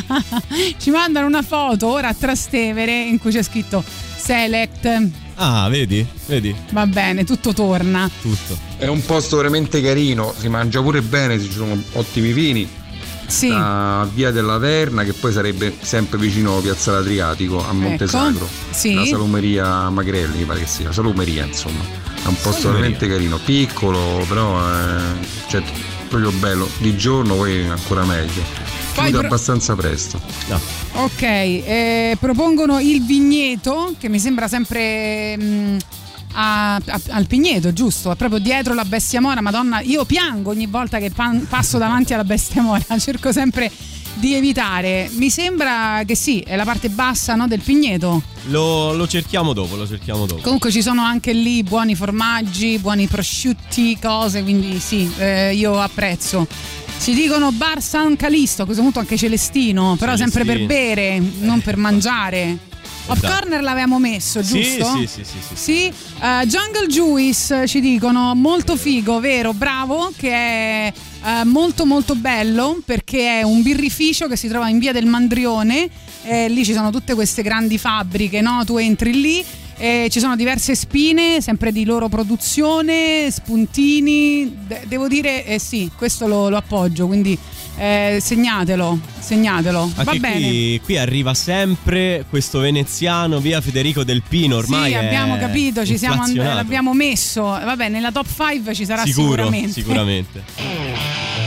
ci mandano una foto ora a Trastevere in cui c'è scritto Select. Ah, vedi? Vedi? Va bene, tutto torna. Tutto. È un posto veramente carino, si mangia pure bene, ci sono ottimi vini. Sì. A Via della Verna, che poi sarebbe sempre vicino a Piazzale Adriatico, a Montesagro. Ecco, sì. La salumeria Magrelli, mi pare che sia, salumeria insomma. È un posto Salumeria. veramente carino, piccolo, però è cioè, proprio bello. Di giorno poi ancora meglio. Poi Chiude pro- abbastanza presto. Ok, eh, propongono il vigneto, che mi sembra sempre mh, a, a- al Pigneto, giusto? È proprio dietro la Bestia Mora. Madonna, io piango ogni volta che pan- passo davanti alla Bestia Mora, cerco sempre di evitare. Mi sembra che sì, è la parte bassa, no, del Pigneto. Lo, lo cerchiamo dopo, lo cerchiamo dopo. Comunque ci sono anche lì buoni formaggi, buoni prosciutti, cose, quindi sì, eh, io apprezzo. Si dicono Bar San Calisto, a questo punto anche Celestino, però sempre per Celestino. bere, non per mangiare. Off Esatto. Corner l'avevamo messo, Sì, giusto? sì, sì, sì, sì. Sì, eh, Jungle Juice ci dicono molto figo, vero, bravo, che è eh, molto molto bello perché è un birrificio che si trova in via del Mandrione, eh, lì ci sono tutte queste grandi fabbriche, no? Tu entri lì e ci sono diverse spine, sempre di loro produzione, spuntini, De- devo dire eh, sì, questo lo, lo appoggio, quindi eh, segnatelo, segnatelo, va Anche bene. qui, qui arriva sempre questo veneziano via Federico Del Pino, ormai Sì, abbiamo è capito, ci siamo and- inflazionato. l'abbiamo messo. Vabbè, nella top cinque ci sarà Sicuro, sicuramente. sicuramente.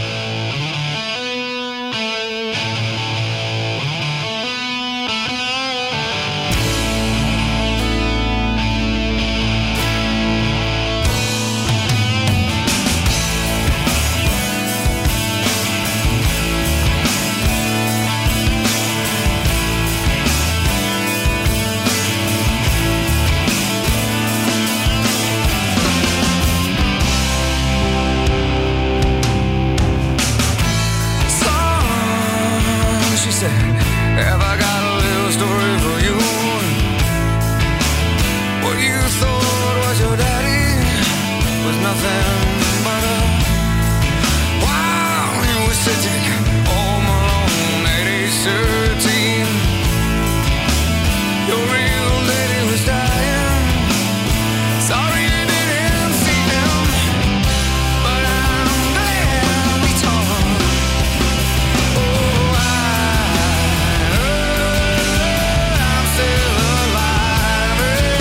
She said, have I got a little story for you? What you thought was your daddy was nothing but a while you were sitting home alone at age thirteen. Your real daddy was dying. Sorry you didn't see him, but I'm glad we talked. Oh, I'm still alive.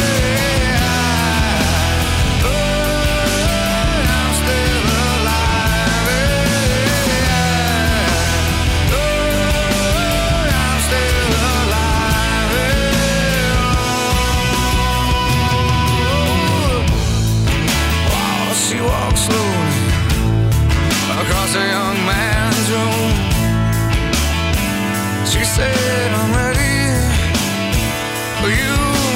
Oh, I'm still alive. Oh, I'm still alive. While she walks slowly across a young man's room, she said, I'm ready for you.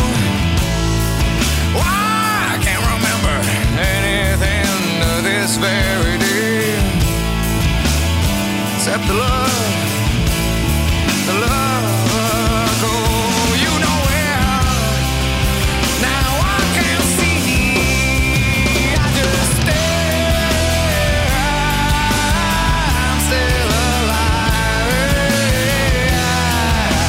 Why, I can't remember anything to this very day except the love, the love. Oh, you know where. Now I can't see. I just stare. I'm still alive.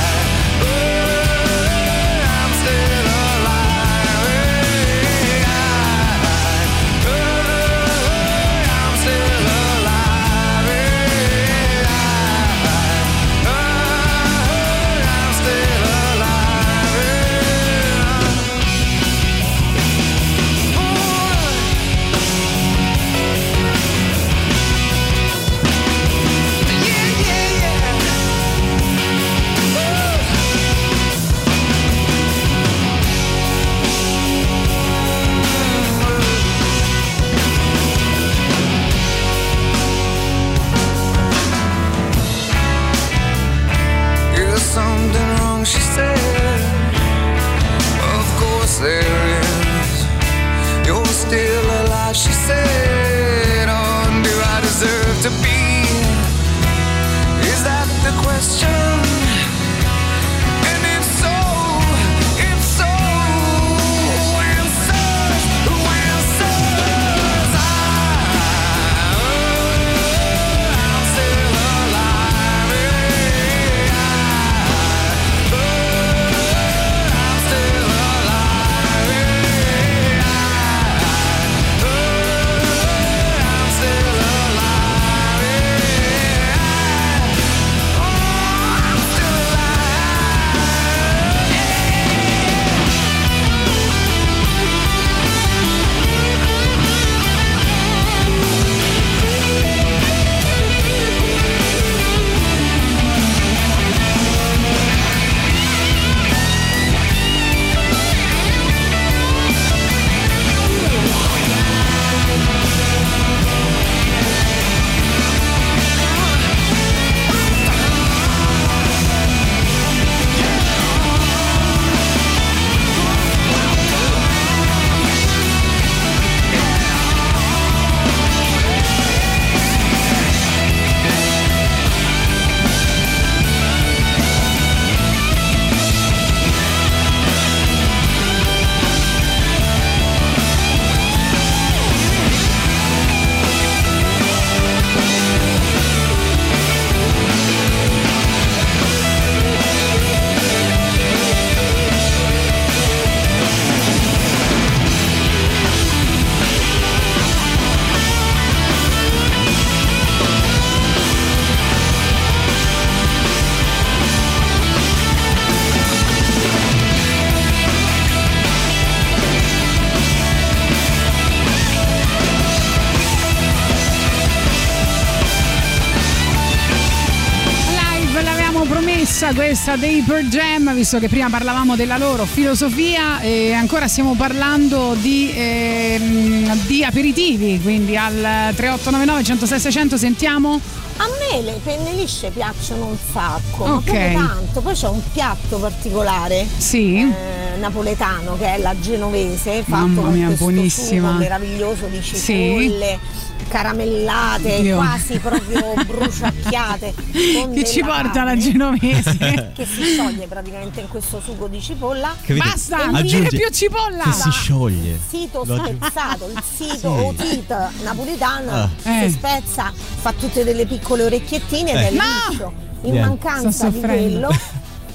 grossa questa dei Pearl Jam, visto che prima parlavamo della loro filosofia e ancora stiamo parlando di, ehm, di aperitivi, quindi al tre otto nove nove, centosei seicento sentiamo. A me le penne lisce piacciono un sacco, Ok. ma proprio tanto. Poi c'è un piatto particolare, Sì. eh, napoletano, che è la genovese, fatto Mamma con mia, questo buonissima. sugo meraviglioso di Sì. cipolle, caramellate, Oddio. quasi proprio bruciacchiate. con Chi ci della porta la carne genovese? che si scioglie praticamente in questo sugo di cipolla. Capito? Basta, E non lì- dire più cipolla. Che si scioglie. Il sito Lo- spezzato, il sito Sì. o tit napoletano Ah. Eh. si spezza, fa tutte delle piccole orecchiettine ed Eh. è No! liscio. In Niente. mancanza Sto di soffrendo. quello,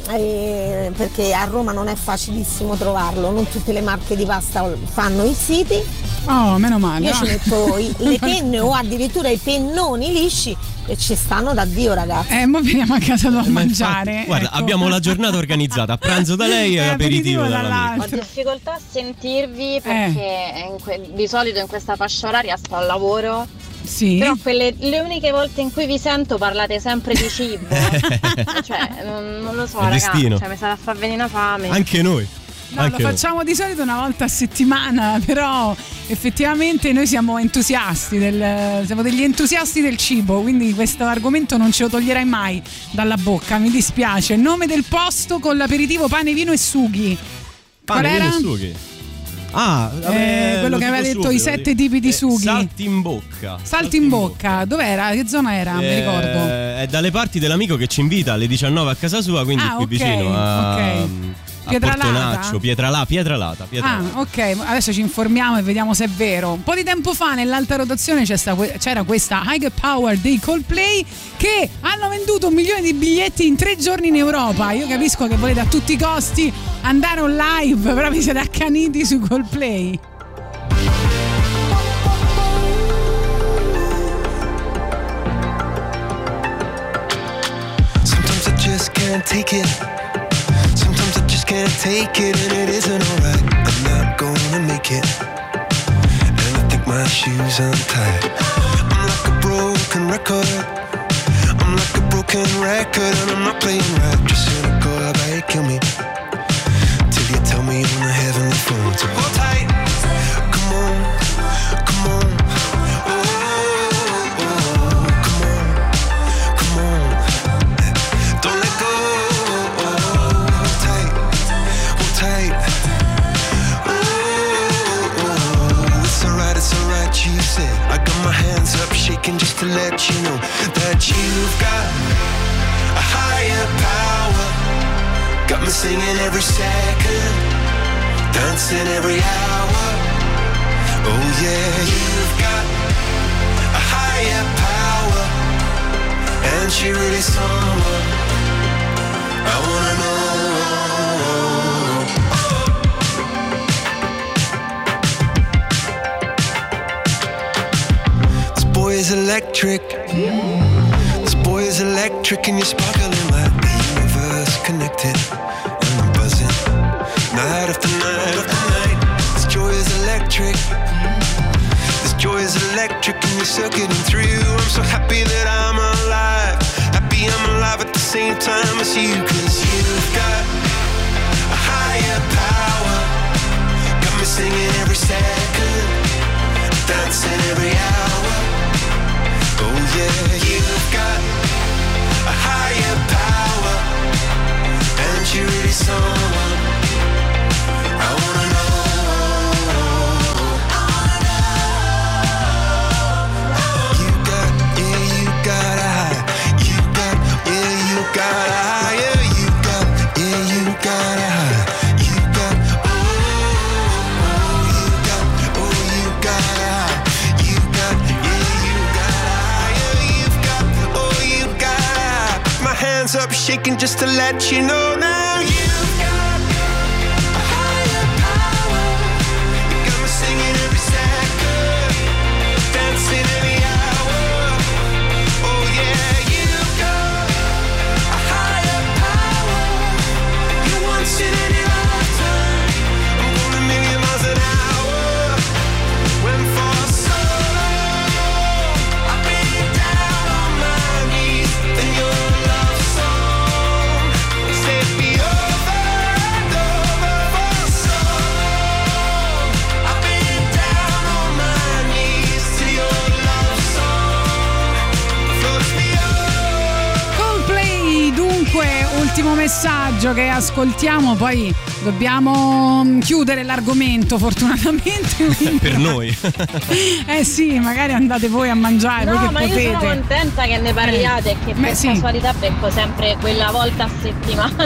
eh, perché a Roma non è facilissimo trovarlo, non tutte le marche di pasta fanno i siti. Oh, meno male. Io no? ci metto i- le penne o addirittura i pennoni lisci e ci stanno da Dio, ragazzi. Eh, mo veniamo a casa tua a Ma mangiare. infatti, guarda, ecco. abbiamo la giornata organizzata, a pranzo da lei e Eh, aperitivo aperitivo dall'amico. Ho difficoltà a sentirvi perché in que- di solito in questa fascia oraria sto al lavoro. Sì. Però quelle le uniche volte in cui vi sento parlate sempre di cibo. Cioè, non, non lo so, È ragazzi. destino. Cioè, mi sta a far venire una fame. Anche noi. No, Anche lo noi. facciamo di solito una volta a settimana, però effettivamente noi siamo entusiasti del, siamo degli entusiasti del cibo, quindi questo argomento non ce lo toglierai mai dalla bocca, mi dispiace. Nome del posto con l'aperitivo pane, vino e sughi. Qual Pane, era? vino e sughi. Ah, Eh, vabbè, quello lo che aveva dico detto i subito, sette lo tipi di Eh, sughi. Salti in bocca. Salti in bocca, dov'era? Che zona era? Mi Eh, ricordo. È dalle parti dell'amico che ci invita alle diciannove a casa sua, quindi Ah, qui ok, vicino a, ok. a Pietralata? Portonaccio, Pietralata, Pietralata, Ah, Pietralata. ok, adesso ci informiamo e vediamo se è vero. Un po' di tempo fa nell'alta rotazione c'è sta- c'era questa High Power dei Coldplay che hanno venduto un milione di biglietti in tre giorni in Europa. Io capisco che volete a tutti i costi andare on live, però vi siete accaniti su Coldplay. Sometimes I just can't take it. Sometimes I just can't take it, and it isn't alright. I'm not gonna make it, and I think my shoes untied. I'm like a broken record. I'm like a broken record, and I'm not playing right. Just cynical, how about you kill me till you tell me on the heavenly phone to hold tight. Come on, come on. Oh, oh, come on, come on. Don't let go. Hold tight, hold tight. Oh, it's alright, it's alright, you said. I got my hands up shaking just to let you know that you've got a higher power. Got me singing every second, dancing every hour. Oh yeah, you've got a higher power, and she really someone I wanna know. This boy is electric. This boy is electric, and you're sparkling like the universe connected. And I'm buzzing night after night after night. This joy is electric. This joy is electric, and you're circuiting through. I'm so happy that I'm alive. Happy I'm alive at the same time as you, 'cause you've got a higher power. Got me singing every second, dancing every hour. Oh yeah, you've got a higher power, and you're really someone I wanna know. You got, yeah, you got a high. You got, yeah, you got a higher. You got, yeah, you got a high. You got, oh, oh, you got, oh, you got a high. You got, yeah, you got a higher. You've got, oh, you got a high. My hands up shaking just to let you know now. You've got a higher power. You got me singing every second, dancing every hour. Oh yeah, you've got a higher power. You're once in any lifetime. I'm going a million miles an hour. When for so long I've been down on my knees, then your love song l'ultimo messaggio che ascoltiamo, poi dobbiamo chiudere l'argomento fortunatamente. Per noi. Eh sì, magari andate voi a mangiare, No, voi che ma potete. io sono contenta che ne parliate e che Beh, per sì. casualità becco sempre quella volta a settimana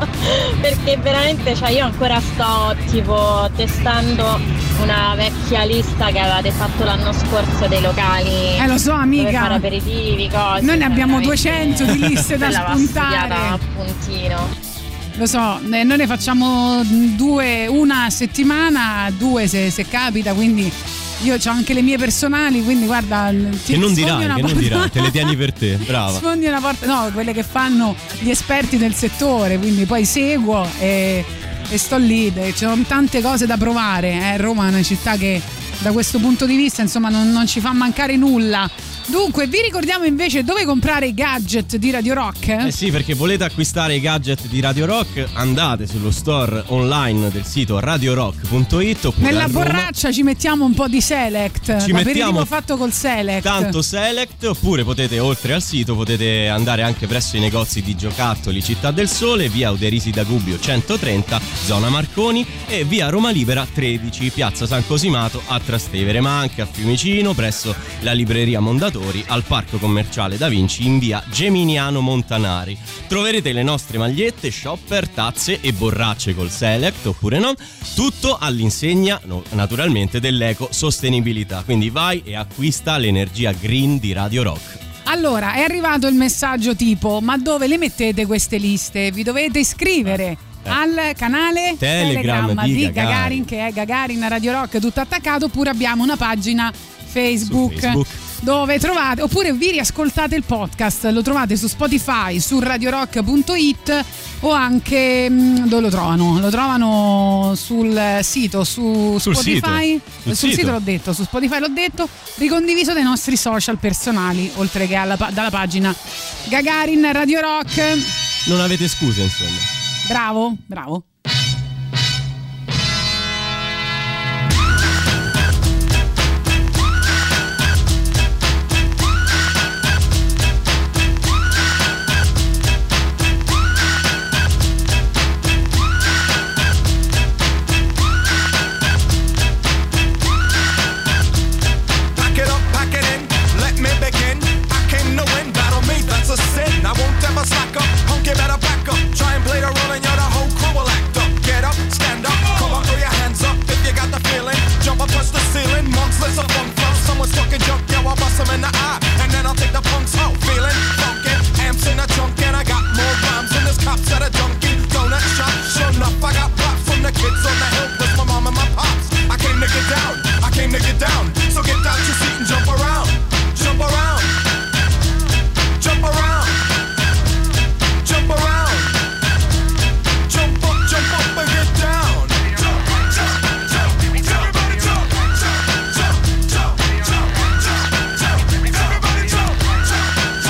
perché veramente, cioè, io ancora sto tipo testando una vecchia lista che avevate fatto l'anno scorso dei locali. Eh, lo so, amica. Dove fare aperitivi, cose. Noi ne abbiamo veramente- duecento di liste da Quella va spuntare. studiata a puntino. Lo so, eh, noi ne facciamo due, una a settimana, due se, se capita, quindi io ho anche le mie personali, quindi guarda, ti Che non sfondi dirai, una che non porta- dirai, te le tieni per te, brava. Sfondi una porta, no, quelle che fanno gli esperti del settore, quindi poi seguo e, e sto lì, ci sono tante cose da provare, eh. Roma è una città che da questo punto di vista insomma non, non ci fa mancare nulla. Dunque, vi ricordiamo invece dove comprare i gadget di Radio Rock? Eh sì, perché volete acquistare i gadget di Radio Rock, andate sullo store online del sito radio rock punto it oppure Nella a Roma. borraccia ci mettiamo un po' di Select, Ci l'aperitivo mettiamo fatto col Select. Tanto Select, oppure potete, oltre al sito, potete andare anche presso i negozi di giocattoli Città del Sole, via Uderisi da Gubbio centotrenta, zona Marconi, e via Roma Libera tredici, piazza San Cosimato a Trastevere, ma anche a Fiumicino presso la libreria Mondadori, al parco commerciale Da Vinci in via Geminiano Montanari. Troverete le nostre magliette, shopper, tazze e borracce col Select, oppure no, tutto all'insegna no, naturalmente dell'eco sostenibilità. Quindi vai e acquista l'energia green di Radio Rock. Allora, è arrivato il messaggio tipo: ma dove le mettete queste liste? Vi dovete iscrivere Eh. al canale Telegram di, di Gagarin. Gagarin, che è Gagarin Radio Rock tutto attaccato, oppure abbiamo una pagina Facebook, Su Facebook. dove trovate, oppure vi riascoltate il podcast, lo trovate su Spotify, su radio rock punto it, o anche mh, dove lo trovano? Lo trovano sul sito, su Sul Spotify, sito. Sul sul sito sito. l'ho detto, su Spotify l'ho detto, ricondiviso dai nostri social personali, oltre che alla, pa- dalla pagina Gagarin Radio Rock. Non avete scuse, insomma. Bravo, bravo. Pack it up, pack it in, let me begin. I came to win, battle me, that's a sin. I won't ever slack up, punk, you better back up. Try and play the role and you're the whole crew will act up. Get up, stand up, come on, throw your hands up if you got the feeling. Jump up, touch the ceiling, monks, let's a funk flow. Someone's talking junk, yeah, I'll bust them in the eye. And then I'll take the punks out, feeling funky. Amps in the trunk and I got more rhymes than this cops at a Dunkin' Donut shop. Sure enough, I got props from the kids on the hill, plus my mom and my pops. I came to get down, I came to get down. So get out your seat and jump around, jump around, jump around, jump around, jump up, jump up and get down. Jump, jump, jump, everybody jump, jump, jump, jump, jump, jump, jump, everybody jump, jump,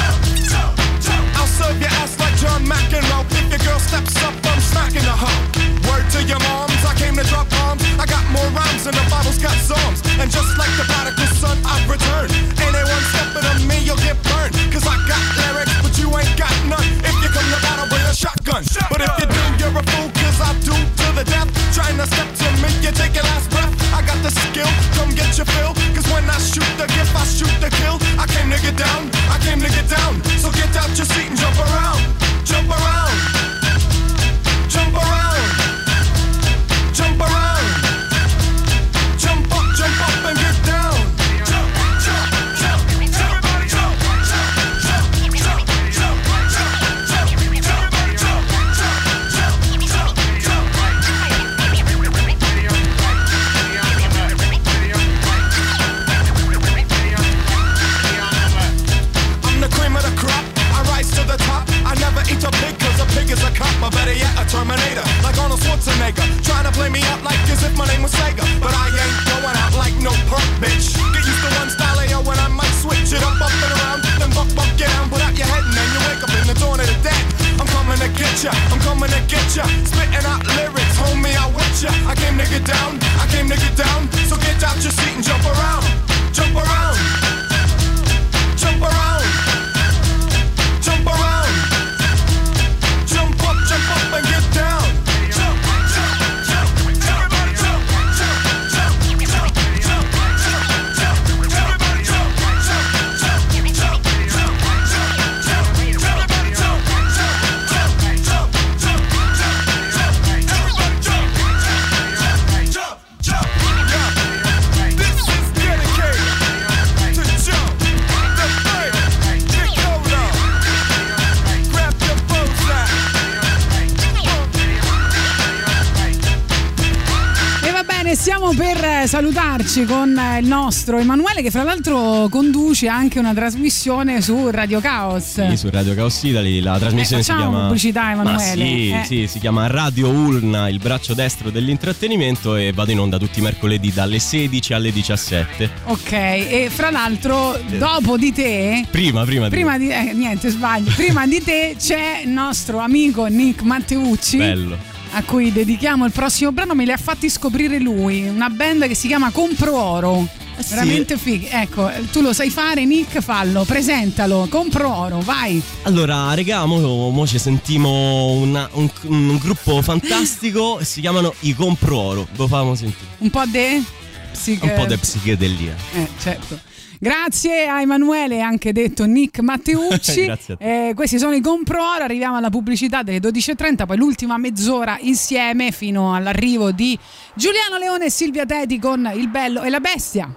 per salutarci con il nostro Emanuele, che fra l'altro conduce anche una trasmissione su Radio Caos. Sì, su Radio Caos Italy, la trasmissione eh, si chiama pubblicità, Emanuele. Ma sì, eh. sì, si chiama Radio Ulna, il braccio destro dell'intrattenimento, e vado in onda tutti i mercoledì dalle sedici alle diciassette. Ok, e fra l'altro dopo di te Prima, prima, prima di eh, niente, sbaglio. Prima di te c'è il nostro amico Nick Matteucci. Bello. A cui dedichiamo il prossimo brano, me li ha fatti scoprire lui, una band che si chiama Compro Oro. sì. Veramente fighi. Ecco, tu lo sai fare, Nick, fallo, presentalo. Compro Oro, vai. Allora, regà, mo, mo ci sentimo una, un, un gruppo fantastico, si chiamano i Compro Oro. Lo famo sentire. Un po' de psiche... Un po' di psichedelia. Eh, certo. Grazie a Emanuele, anche detto Nick Matteucci. Grazie a te. Eh, questi sono i Compro Oro. Arriviamo alla pubblicità delle dodici e trenta, poi l'ultima mezz'ora insieme fino all'arrivo di Giuliano Leone e Silvia Teti con Il Bello e la Bestia.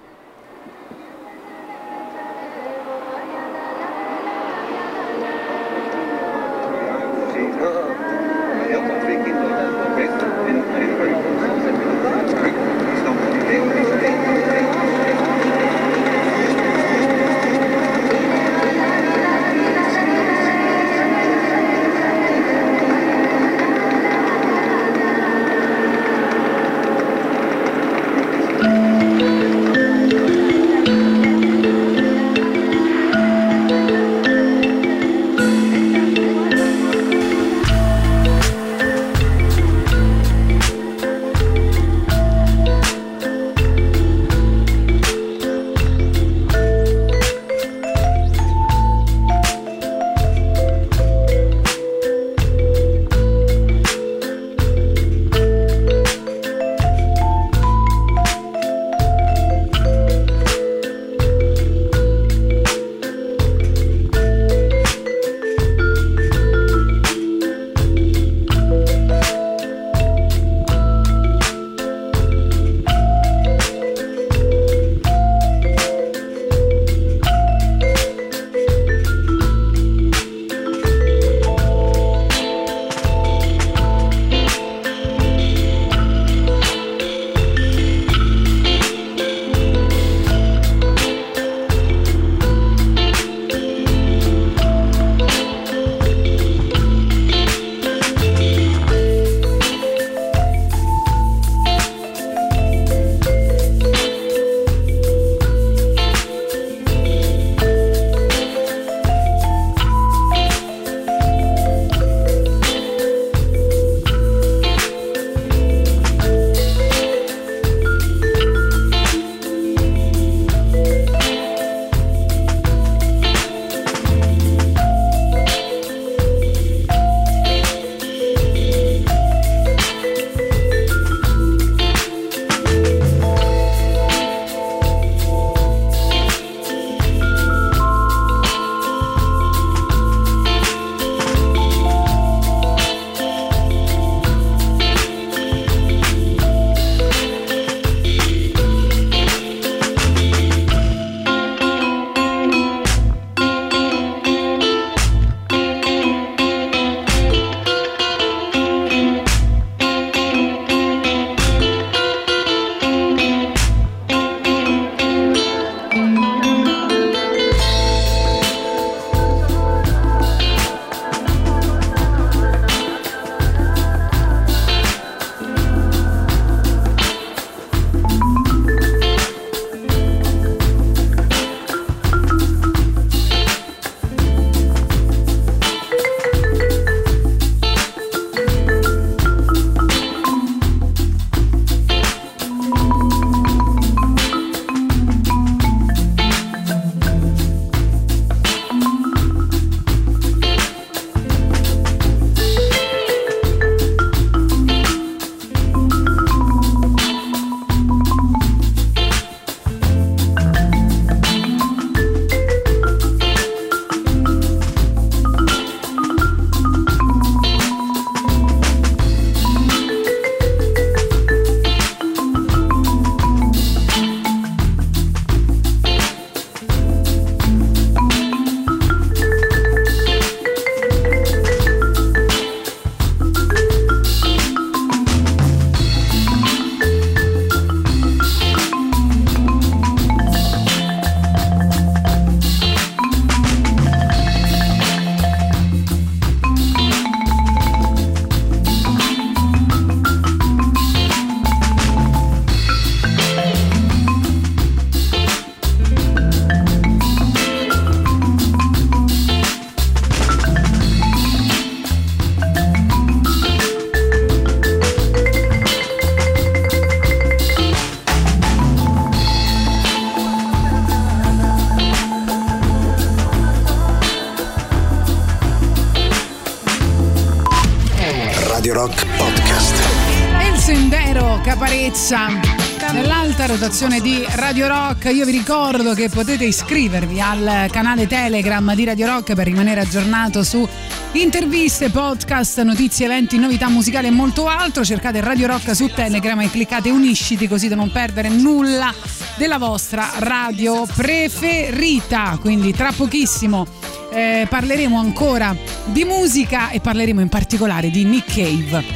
Caparezza nell'alta rotazione di Radio Rock. Io vi ricordo che potete iscrivervi al canale Telegram di Radio Rock per rimanere aggiornato su interviste, podcast, notizie, eventi, novità musicali e molto altro. Cercate Radio Rock su Telegram e cliccate unisciti così da non perdere nulla della vostra radio preferita. Quindi tra pochissimo eh, parleremo ancora di musica e parleremo in particolare di Nick Cave.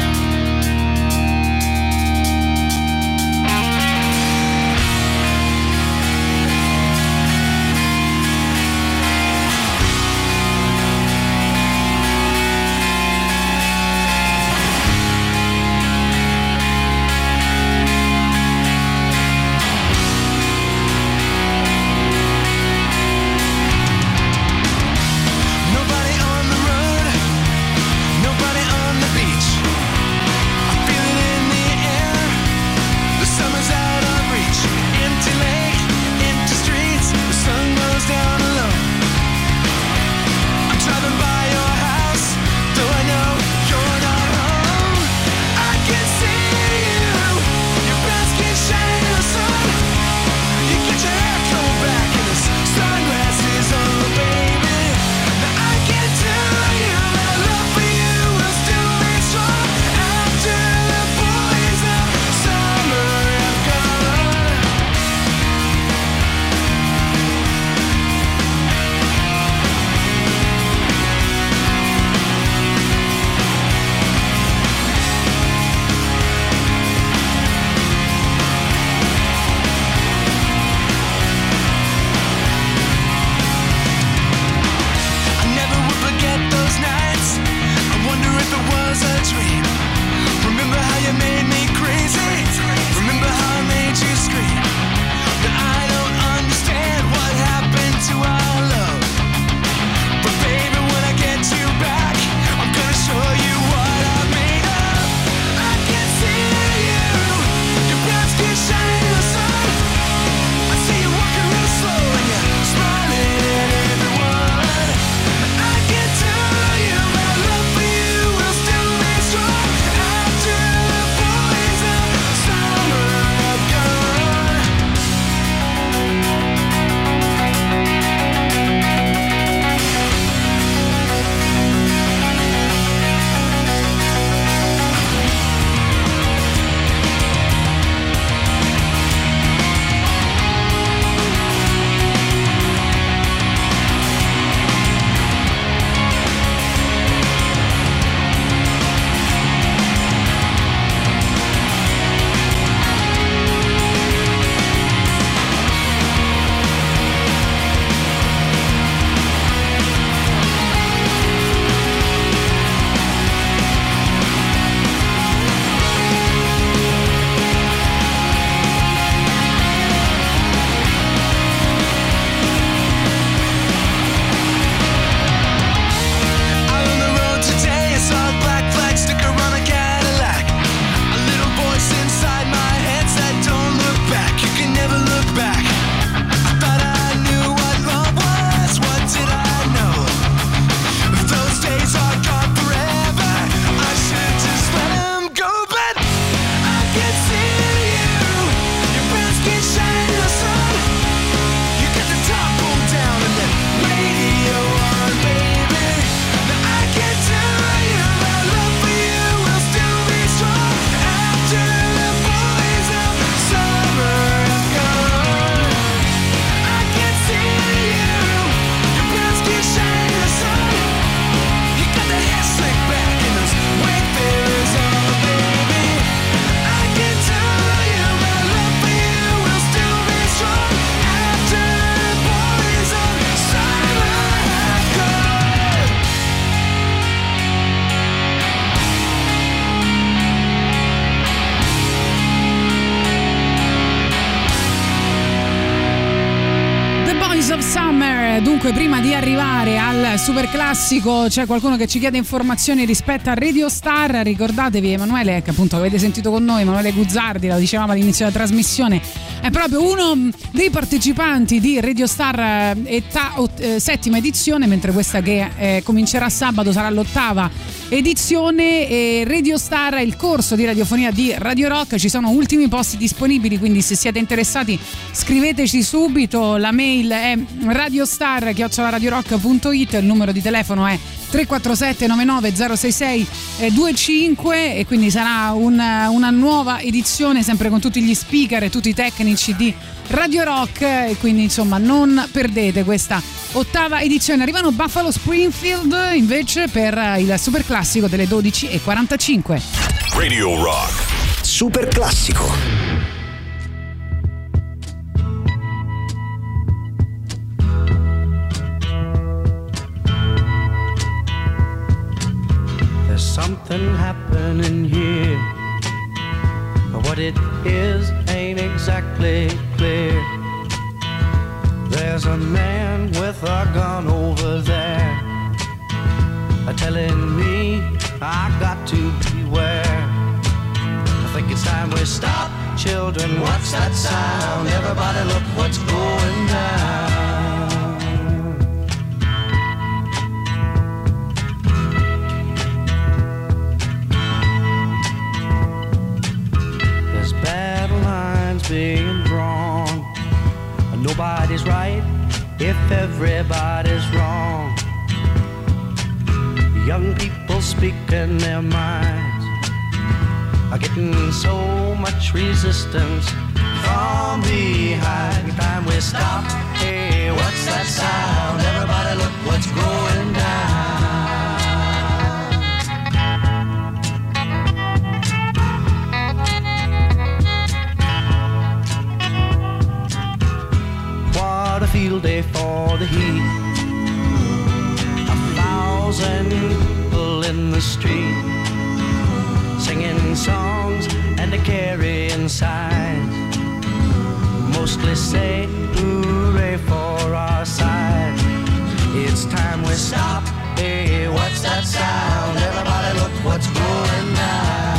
Dunque, prima di arrivare al super classico c'è qualcuno che ci chiede informazioni rispetto a Radio Star. Ricordatevi Emanuele, che appunto avete sentito con noi, Emanuele Guzzardi, lo dicevamo all'inizio della trasmissione, è proprio uno dei partecipanti di Radio Star età, eh, settima edizione, mentre questa che eh, comincerà sabato sarà l'ottava edizione. E Radio Star, il corso di radiofonia di Radio Rock, ci sono ultimi posti disponibili, quindi se siete interessati scriveteci subito. La mail è radiostar chiocciola radiorock punto it, il numero di telefono è tre quattro sette nove nove zero sei sei due cinque e quindi sarà una, una nuova edizione sempre con tutti gli speaker e tutti i tecnici di Radio Rock, e quindi insomma non perdete questa ottava edizione. Arrivano Buffalo Springfield invece per il super classico delle dodici e quarantacinque. Radio Rock Super classico. Something happening here, but what it is ain't exactly clear. There's a man with a gun over there, telling me I got to beware. I think it's time we stop, children. What's that sound? Everybody look what's going down. Being drawn, nobody's right if everybody's wrong. Young people speaking their minds are getting so much resistance from behind. Time we stop. Hey, what's that sound? Everybody look what's going down. A field day for the heat. A thousand people in the street, singing songs and carrying signs, mostly say hooray for our side. It's time we stop. Hey, what's that sound? Everybody look what's going down.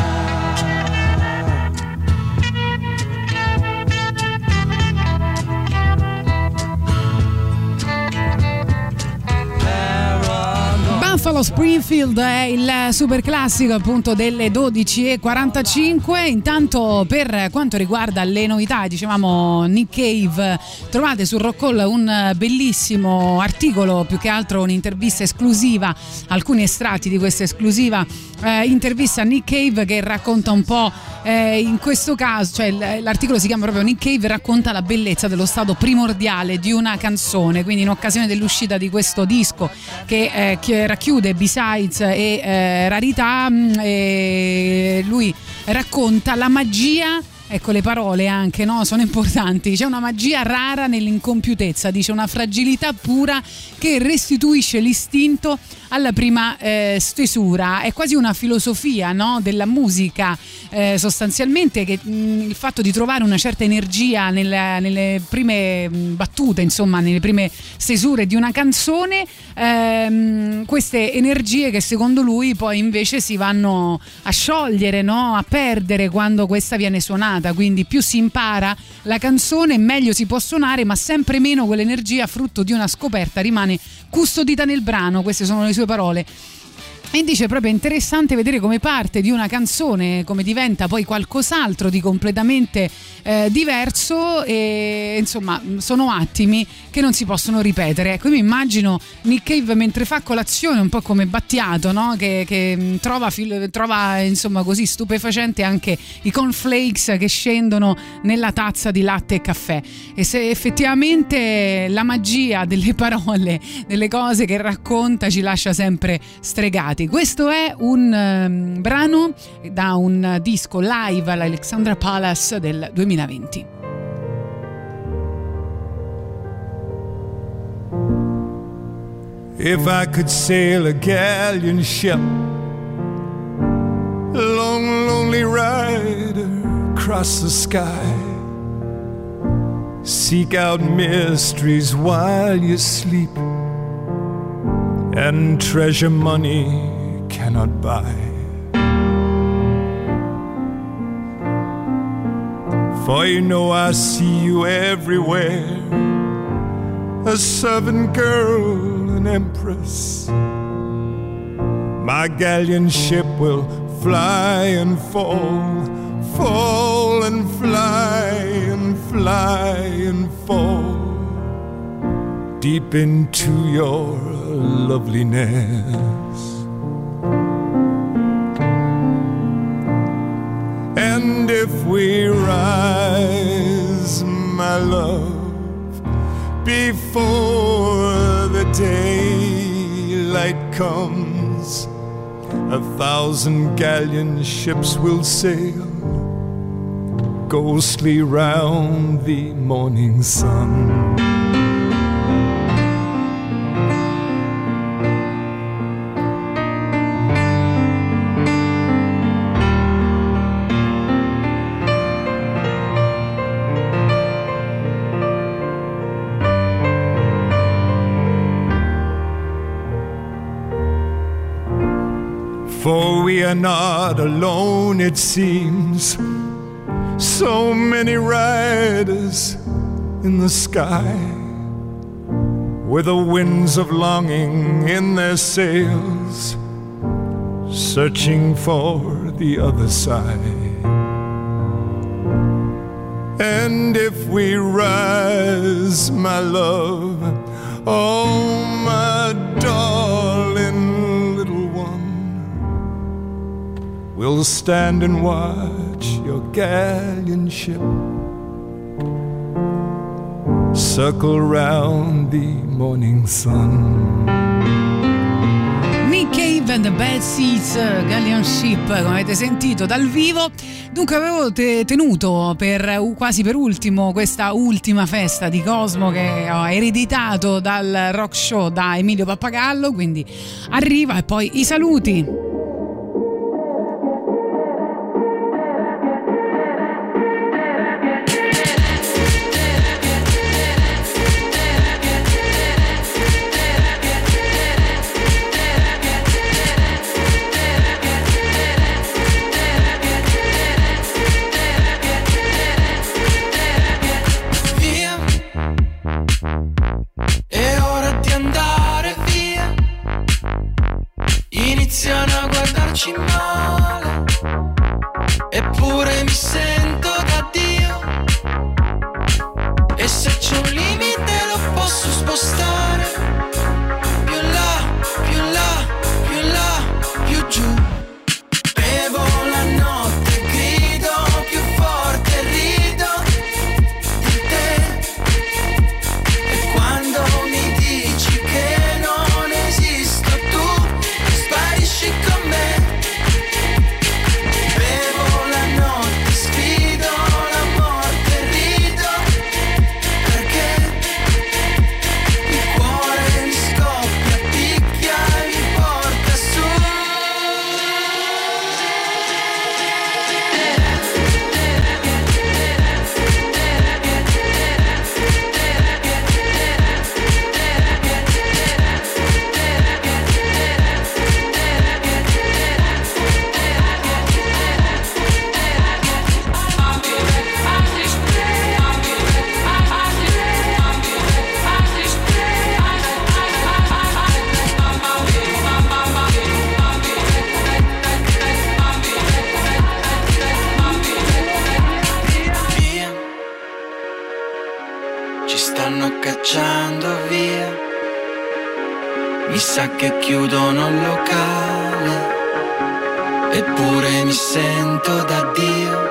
Buffalo Springfield è il super classico appunto delle dodici e quarantacinque. Intanto per quanto riguarda le novità, dicevamo Nick Cave, trovate su Rockall un bellissimo articolo, più che altro un'intervista esclusiva, alcuni estratti di questa esclusiva eh, intervista a Nick Cave, che racconta un po' eh, in questo caso, cioè l'articolo si chiama proprio Nick Cave racconta la bellezza dello stato primordiale di una canzone, quindi in occasione dell'uscita di questo disco che, eh, che racchiude B-sides e eh, rarità, e lui racconta la magia, ecco le parole anche, no? Sono importanti. C'è una magia rara nell'incompiutezza, dice, una fragilità pura che restituisce l'istinto alla prima eh, stesura. È quasi una filosofia, no? Della musica, eh, sostanzialmente, che mh, il fatto di trovare una certa energia nelle, nelle prime battute, insomma nelle prime stesure di una canzone, ehm, queste energie che secondo lui poi invece si vanno a sciogliere, no? A perdere quando questa viene suonata. Quindi più si impara la canzone meglio si può suonare, ma sempre meno quell'energia frutto di una scoperta rimane custodita nel brano. Queste sono le sue parole. E dice proprio interessante vedere come parte di una canzone, come diventa poi qualcos'altro di completamente eh, diverso, e insomma sono attimi che non si possono ripetere. Ecco, io mi immagino Nick Cave mentre fa colazione, un po' come Battiato, no? Che, che trova, trova insomma così stupefacente anche i cornflakes che scendono nella tazza di latte e caffè. E se effettivamente la magia delle parole, delle cose che racconta, ci lascia sempre stregati. Questo è un um, brano da un disco live all'Alexandra Palace del duemilaventi. If I could sail a galleon ship, a long, lonely rider across the sky, seek out mysteries while you sleep, and treasure money cannot buy. For you know I see you everywhere, a servant girl, an empress, my galleon ship will fly and fall, fall and fly and fly and fall deep into your loveliness. And if we rise, my love, before the daylight comes, a thousand galleon ships will sail ghostly round the morning sun. For we are not alone, it seems. So many riders in the sky, with the winds of longing in their sails, searching for the other side. And if we rise, my love, oh my darling little one, we'll stand and watch your galleon ship circle round the morning sun. Nick Cave and the Bad Seeds, Galleon Ship, come avete sentito dal vivo. Dunque avevo te- tenuto per quasi per ultimo questa ultima festa di Cosmo che ho ereditato dal rock show da Emilio Pappagallo, quindi arriva e poi i saluti. È ora di andare via, iniziano a guardarci male, eppure mi sento da Dio, e se c'è un limite lo posso spostare, più in là, più in là, più in là, più giù. Bevo la notte, grido più forte, rido di te. Quando mi dici che non esisto tu, sparisci con me. Bevo la notte, sfido la morte, rido perché il cuore mi scoppia, picchia e mi porta su. Via, ci stanno cacciando via, mi sa che chiudono il locale, eppure mi sento da Dio,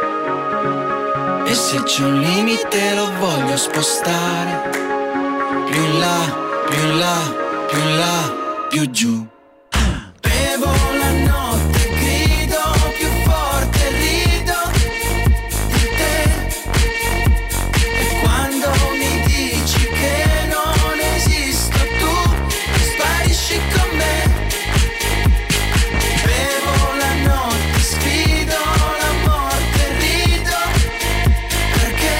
e se c'è un limite lo voglio spostare, più in là, più in là, più in là, più giù. Bevo la notte, grido più forte, rido di te. E quando mi dici che non esisto tu, sparisci con me. Bevo la notte, sfido la morte, rido perché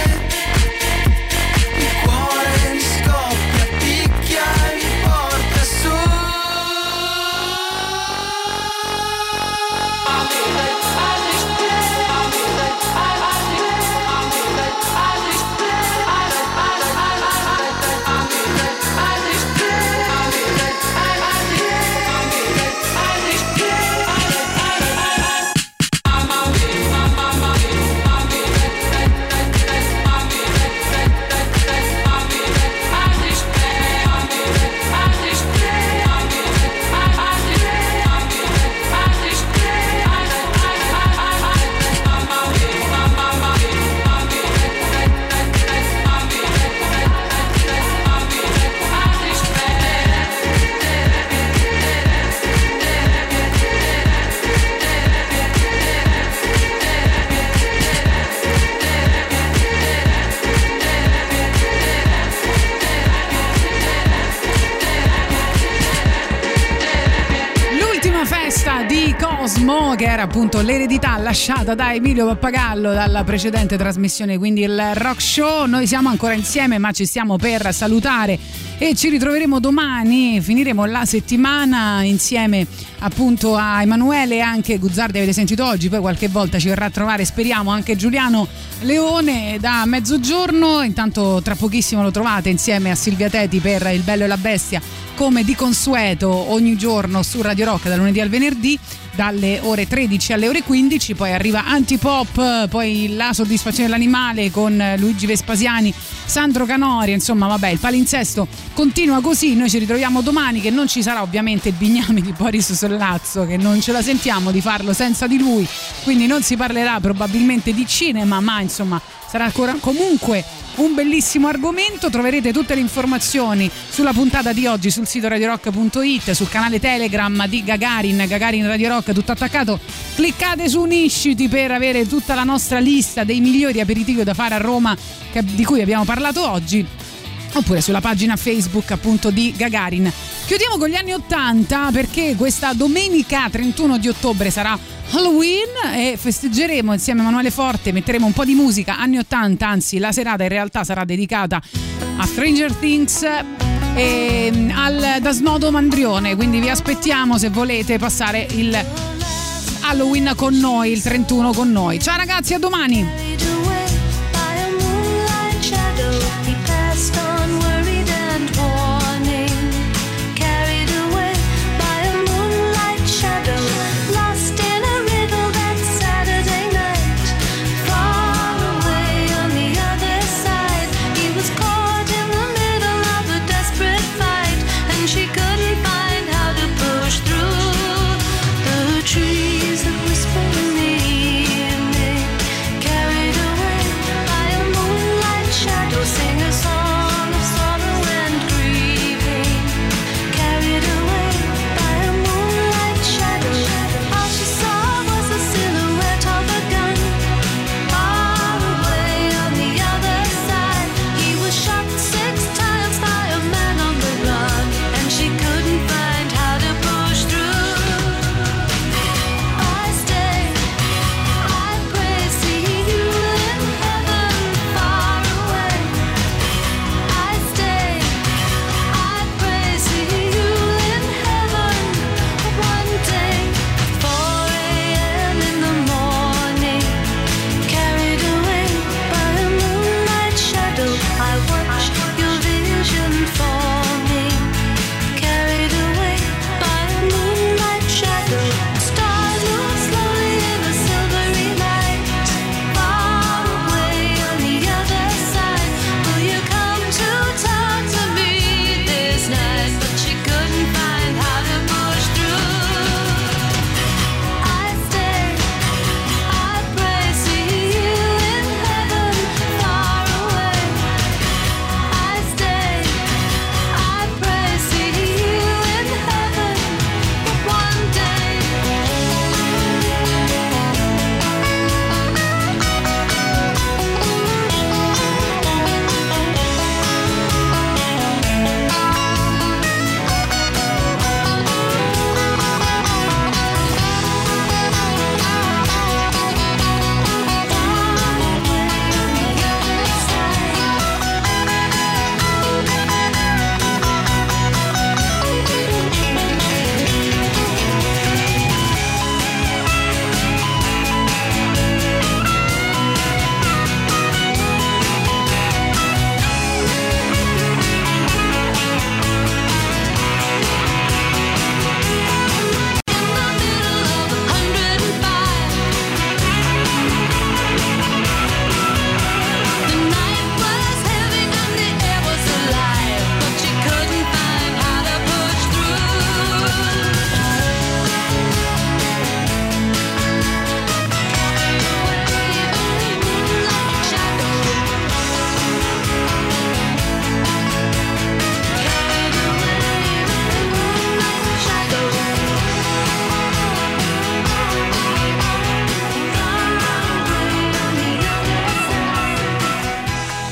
il cuore mi scoppia, picchia e mi porta su. Cosmo, che era appunto l'eredità lasciata da Emilio Pappagallo dalla precedente trasmissione, quindi il Rock Show. Noi siamo ancora insieme, ma ci stiamo per salutare e ci ritroveremo domani. Finiremo la settimana insieme appunto a Emanuele e anche Guzzardi, avete sentito oggi, poi qualche volta ci verrà a trovare, speriamo, anche Giuliano Leone da mezzogiorno. Intanto tra pochissimo lo trovate insieme a Silvia Teti per Il Bello e la Bestia, come di consueto ogni giorno su Radio Rock, dal lunedì al venerdì dalle ore tredici alle ore quindici. Poi arriva Antipop, poi La soddisfazione dell'animale con Luigi Vespasiani, Sandro Canori, insomma vabbè, il palinsesto continua così. Noi ci ritroviamo domani, che non ci sarà ovviamente il bigname di Boris Sollazzo, che non ce la sentiamo di farlo senza di lui, quindi non si parlerà probabilmente di cinema, ma insomma sarà ancora comunque un bellissimo argomento. Troverete tutte le informazioni sulla puntata di oggi sul sito radio rock punto it, sul canale Telegram di Gagarin, Gagarin Radio Rock, tutto attaccato. Cliccate su Unisciti per avere tutta la nostra lista dei migliori aperitivi da fare a Roma, che, di cui abbiamo parlato oggi, oppure sulla pagina Facebook appunto di Gagarin. Chiudiamo con gli anni ottanta, perché questa domenica trentuno di ottobre sarà Halloween e festeggeremo insieme a Emanuele Forte, metteremo un po' di musica anni ottanta, anzi la serata in realtà sarà dedicata a Stranger Things e al Da Snodo Mandrione, quindi vi aspettiamo se volete passare il Halloween con noi, il trentuno con noi. Ciao ragazzi, a domani! Trees that whisper in the evening, carried away by a moonlight shadow, sing a song of sorrow and grieving, carried away by a moonlight shadow. All she saw was the silhouette of a gun, far away on the other side. He was shot six times by a man on the run, and she couldn't find how to push through.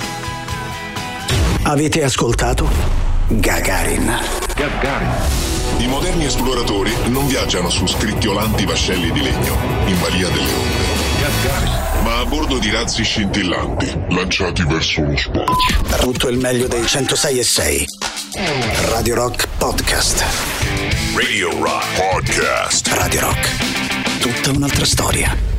Avete ascoltato Gagarin. Gagarin. I moderni esploratori non viaggiano su scricchiolanti vascelli di legno, in balia delle onde, ma a bordo di razzi scintillanti, lanciati verso lo spazio. Tutto il meglio dei centosei e sei. Radio Rock Podcast. Radio Rock Podcast. Radio Rock. Tutta un'altra storia.